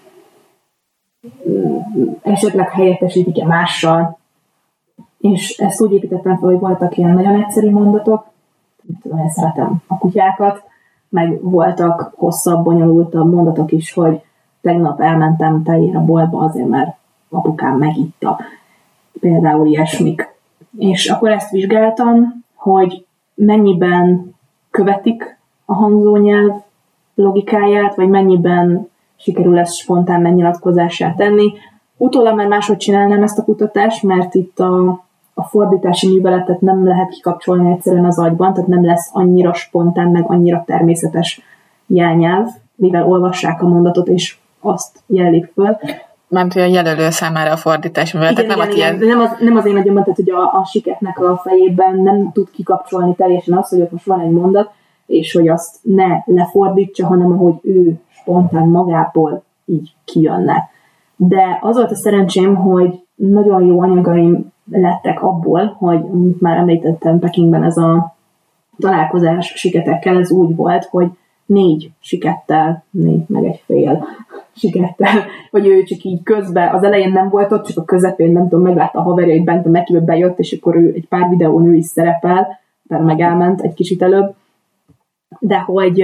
esetleg helyettesítik-e mással. És ezt úgy építettem fel, hogy voltak ilyen nagyon egyszerű mondatok, tudom, én szeretem a kutyákat, meg voltak hosszabb, bonyolultabb mondatok is, hogy tegnap elmentem tejére a boltba azért, mert apukám megitta. Például ilyesmik. És akkor ezt vizsgáltam, hogy mennyiben követik a hangzónyelv logikáját, vagy mennyiben sikerül ezt spontán megnyilatkozássá tenni. Utólag már máshogy csinálnám ezt a kutatást, mert itt a fordítási műveletet nem lehet kikapcsolni egyszerűen az agyban, tehát nem lesz annyira spontán, meg annyira természetes jelnyelv, mivel olvassák a mondatot, és azt jellik föl.
Mármint, hogy a jelölő számára a fordítás műveletet,
igen, nem az én agyamban, tehát hogy a siketnek a fejében nem tud kikapcsolni teljesen azt, hogy ott most van egy mondat, és hogy azt ne lefordítsa, hanem ahogy ő spontán magából így kijönne. De az volt a szerencsém, hogy nagyon jó anyagaim lettek abból, hogy amit már említettem Pekingben, ez a találkozás siketekkel, ez úgy volt, hogy 4 sikettel, 4 meg egy fél sikettel, hogy ő csak így közben, az elején nem volt ott, csak a közepén, nem tudom, meglátta a haverjait bent a Mekibe, bejött, és akkor ő egy pár videón ő is szerepel, tehát meg elment egy kicsit előbb, de hogy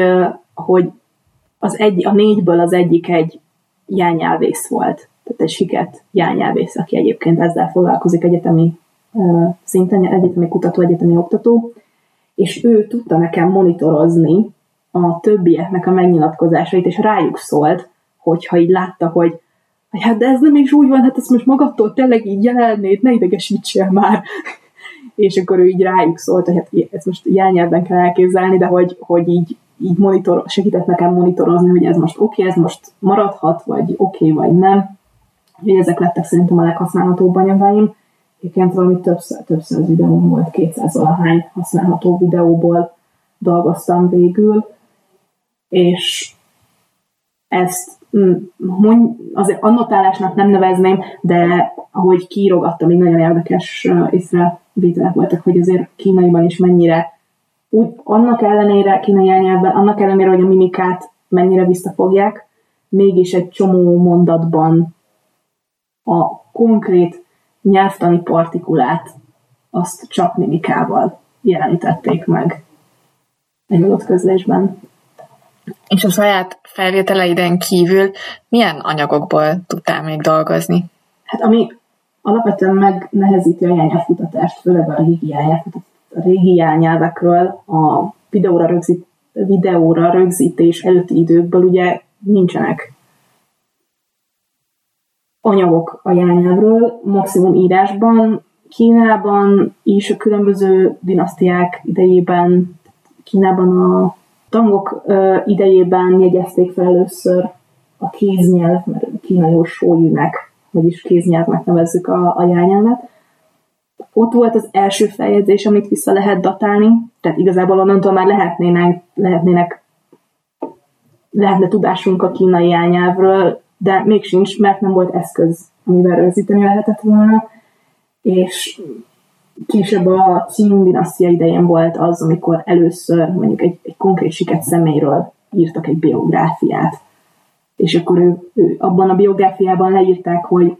a 4-ből az egyik egy jelnyelvész volt. Tehát egy siket jelnyelvész, aki egyébként ezzel foglalkozik egyetemi szinten, egyetemi kutató, egyetemi oktató, és ő tudta nekem monitorozni a többieknek a megnyilatkozásait, és rájuk szólt, hogyha így látta, hogy hát de ez nem is úgy van, hát ezt most magadtól tényleg így jelennéd, ne idegesítsél már. És akkor ő így rájuk szólt, hogy hát ezt most jelnyelvben kell elképzelni, de hogy így segített nekem monitorozni, hogy ez most oké, ez most maradhat, vagy oké, vagy nem. Úgyhogy ezek lettek szerintem a leghasználhatóbb anyagaim. Egyébként valami több száz videóm volt, 200-valahány használható videóból dolgoztam végül, és ezt azért annotálásnak nem nevezném, de ahogy kiírogattam, még nagyon érdekes észrevételek voltak, hogy azért kínaiban is mennyire, úgy annak ellenére, kínai nyelvben, annak ellenére, hogy a mimikát mennyire visszafogják, mégis egy csomó mondatban a konkrét nyelvtani partikulát azt csak mimikával jelenítették meg egy adott közlésben.
És a saját felvételeiden kívül milyen anyagokból tudtál még dolgozni?
Hát ami alapvetően megnehezíti a jelnyelvkutatást, főleg a régi jelnyelvekről, a videóra rögzítés előtti időkből ugye nincsenek anyagok a jelnyelvről, maximum írásban. Kínában is a különböző dinasztiák idejében, Kínában a tangok idejében jegyezték fel először a kéznyelv, mert kínai sójűnek, vagyis kéznyelvnek nevezzük a jelnyelvet. Ott volt az első feljegyzés, amit vissza lehet datálni, tehát igazából onnantól már lehetne tudásunk a kínai jelnyelvről, de még sincs, mert nem volt eszköz, amivel rögzíteni lehetett volna, és később a Qing dinasztia idején volt az, amikor először mondjuk egy konkrét siket személyről írtak egy biográfiát, és akkor ő abban a biográfiában leírták, hogy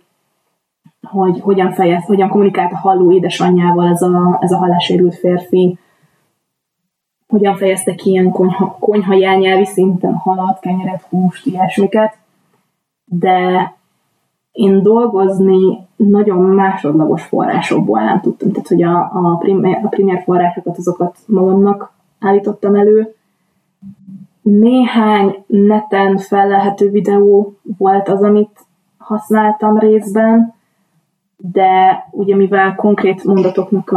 hogyan kommunikált a halló édesanyjával ez a hallássérült férfi, hogyan fejezte ki ilyen konyha jelnyelvi szinten halat, kenyeret, húst, ilyesmiket, de én dolgozni nagyon másodlagos forrásokból nem tudtam. Tehát, hogy a primér forrásokat, azokat magamnak állítottam elő. Néhány neten fellelhető videó volt az, amit használtam részben, de ugye mivel konkrét mondatoknak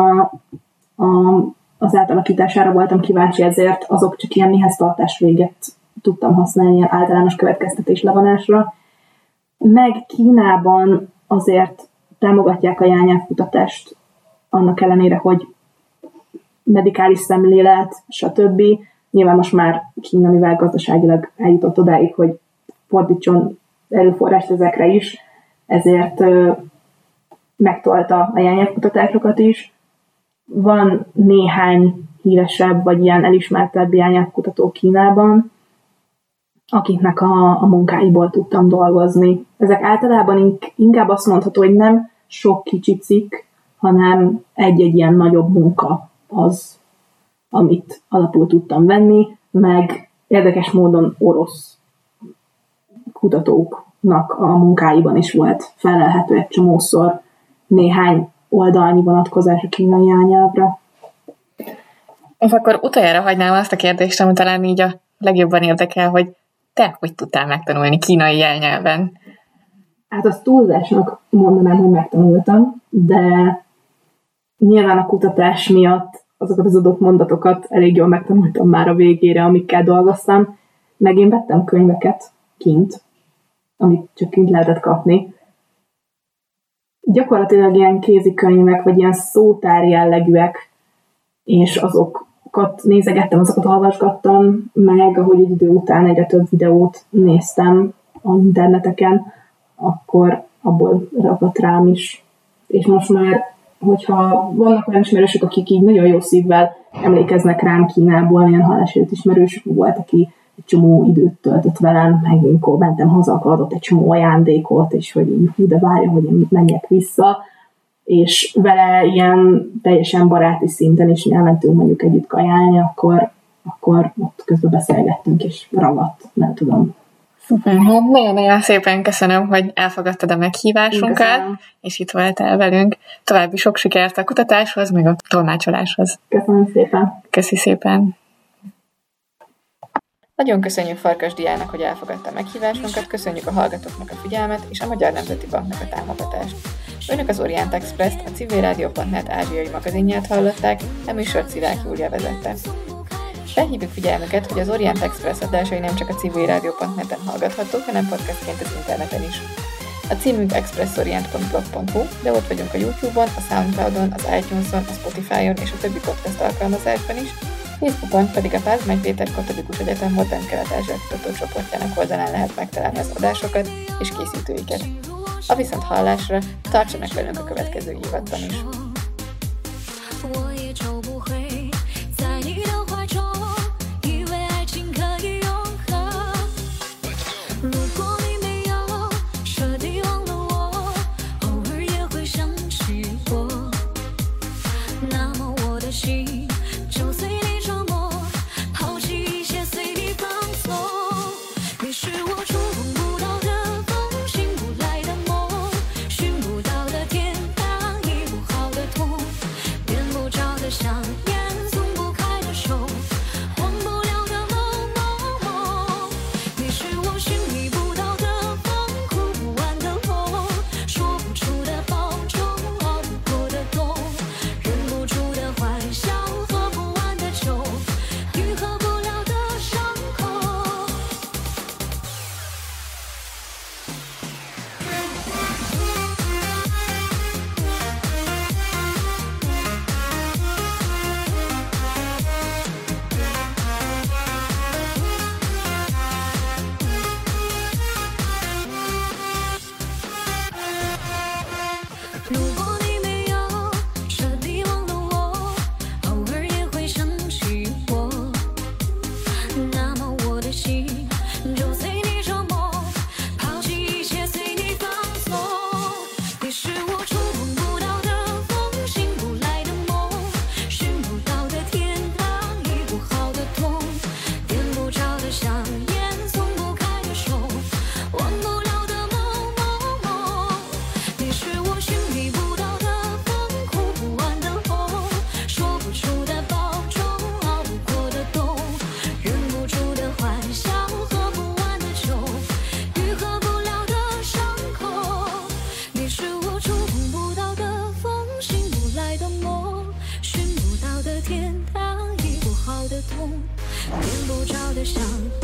az átalakítására voltam kíváncsi, ezért azok csak ilyen mihez tartás véget tudtam használni, ilyen általános következtetés levonásra. Meg Kínában azért támogatják a jelnyelvkutatást, annak ellenére, hogy medikális szemlélet, stb. Nyilván most már Kína, mivel gazdaságilag eljutott odáig, hogy fordítson erőforrást ezekre is, ezért megtolta a jelnyelvkutatásokat is. Van néhány híresebb, vagy ilyen elismertebb jelnyelvkutató Kínában, akiknek a munkáiból tudtam dolgozni. Ezek általában inkább azt mondható, hogy nem sok kicsi cikk, hanem egy-egy ilyen nagyobb munka az, amit alapul tudtam venni, meg érdekes módon orosz kutatóknak a munkáiban is volt felelhető egy csomószor néhány oldalnyi vonatkozás a kínai jelnyelvre.
És akkor utoljára hagynám azt a kérdést, ami talán így a legjobban érdekel, hogy te hogy tudtál megtanulni kínai jelnyelven?
Hát azt túlzásnak mondanám, hogy megtanultam, de nyilván a kutatás miatt azokat az adott mondatokat elég jól megtanultam már a végére, amikkel dolgoztam. Meg én vettem könyveket kint, amit csak kint lehetett kapni. Gyakorlatilag ilyen kézikönyvek, vagy ilyen szótár jellegűek, és azokat nézegettem, azokat olvasgattam, meg ahogy egy idő után egyre több videót néztem az interneteken, akkor abból ragadt rám is. És most már, hogyha vannak olyan ismerősök, akik így nagyon jó szívvel emlékeznek rám Kínából, ilyen hallássérült ismerősök volt, aki egy csomó időt töltött velem, meg amikor mentem haza, akkor adott egy csomó ajándékot, és hogy hú, de várja, hogy én menjek vissza, és vele ilyen teljesen baráti szinten is elmentünk mondjuk együtt kajálni, akkor ott közben beszélgettünk, és ragadt, nem tudom.
Szuper, nagyon-nagyon szépen köszönöm, hogy elfogadtad a meghívásunkat, és itt voltál velünk. További sok sikert a kutatáshoz, meg a tolmácsoláshoz.
Köszönöm szépen.
Köszi szépen. Nagyon köszönjük Farkas Diának, hogy elfogadta a meghívásunkat, köszönjük a hallgatóknak a figyelmet és a Magyar Nemzeti Banknak a támogatást. Önök az Orient Express-t, a civilradio.net ázsiai magazinját hallották, a műsort Szivák Júlia vezette. Felhívjuk figyelmüket, hogy az Orient Express adásai nem csak a civilradio.net-en hallgathatók, hanem podcastként az interneten is. A címünk expressorient.blog.hu, de ott vagyunk a YouTube-on, a Soundcloud-on, az iTunes-on, a Spotify-on és a többi podcast alkalmazásban is, Facebookon pedig a Pázmány Péter Katolikus Egyetem Modern-Kelet-Ázsia kutatócsoportjának oldalán lehet megtalálni az adásokat és készítőiket. A viszonthallásra tartsanak velünk a következő évadban is!
天。
连不着的想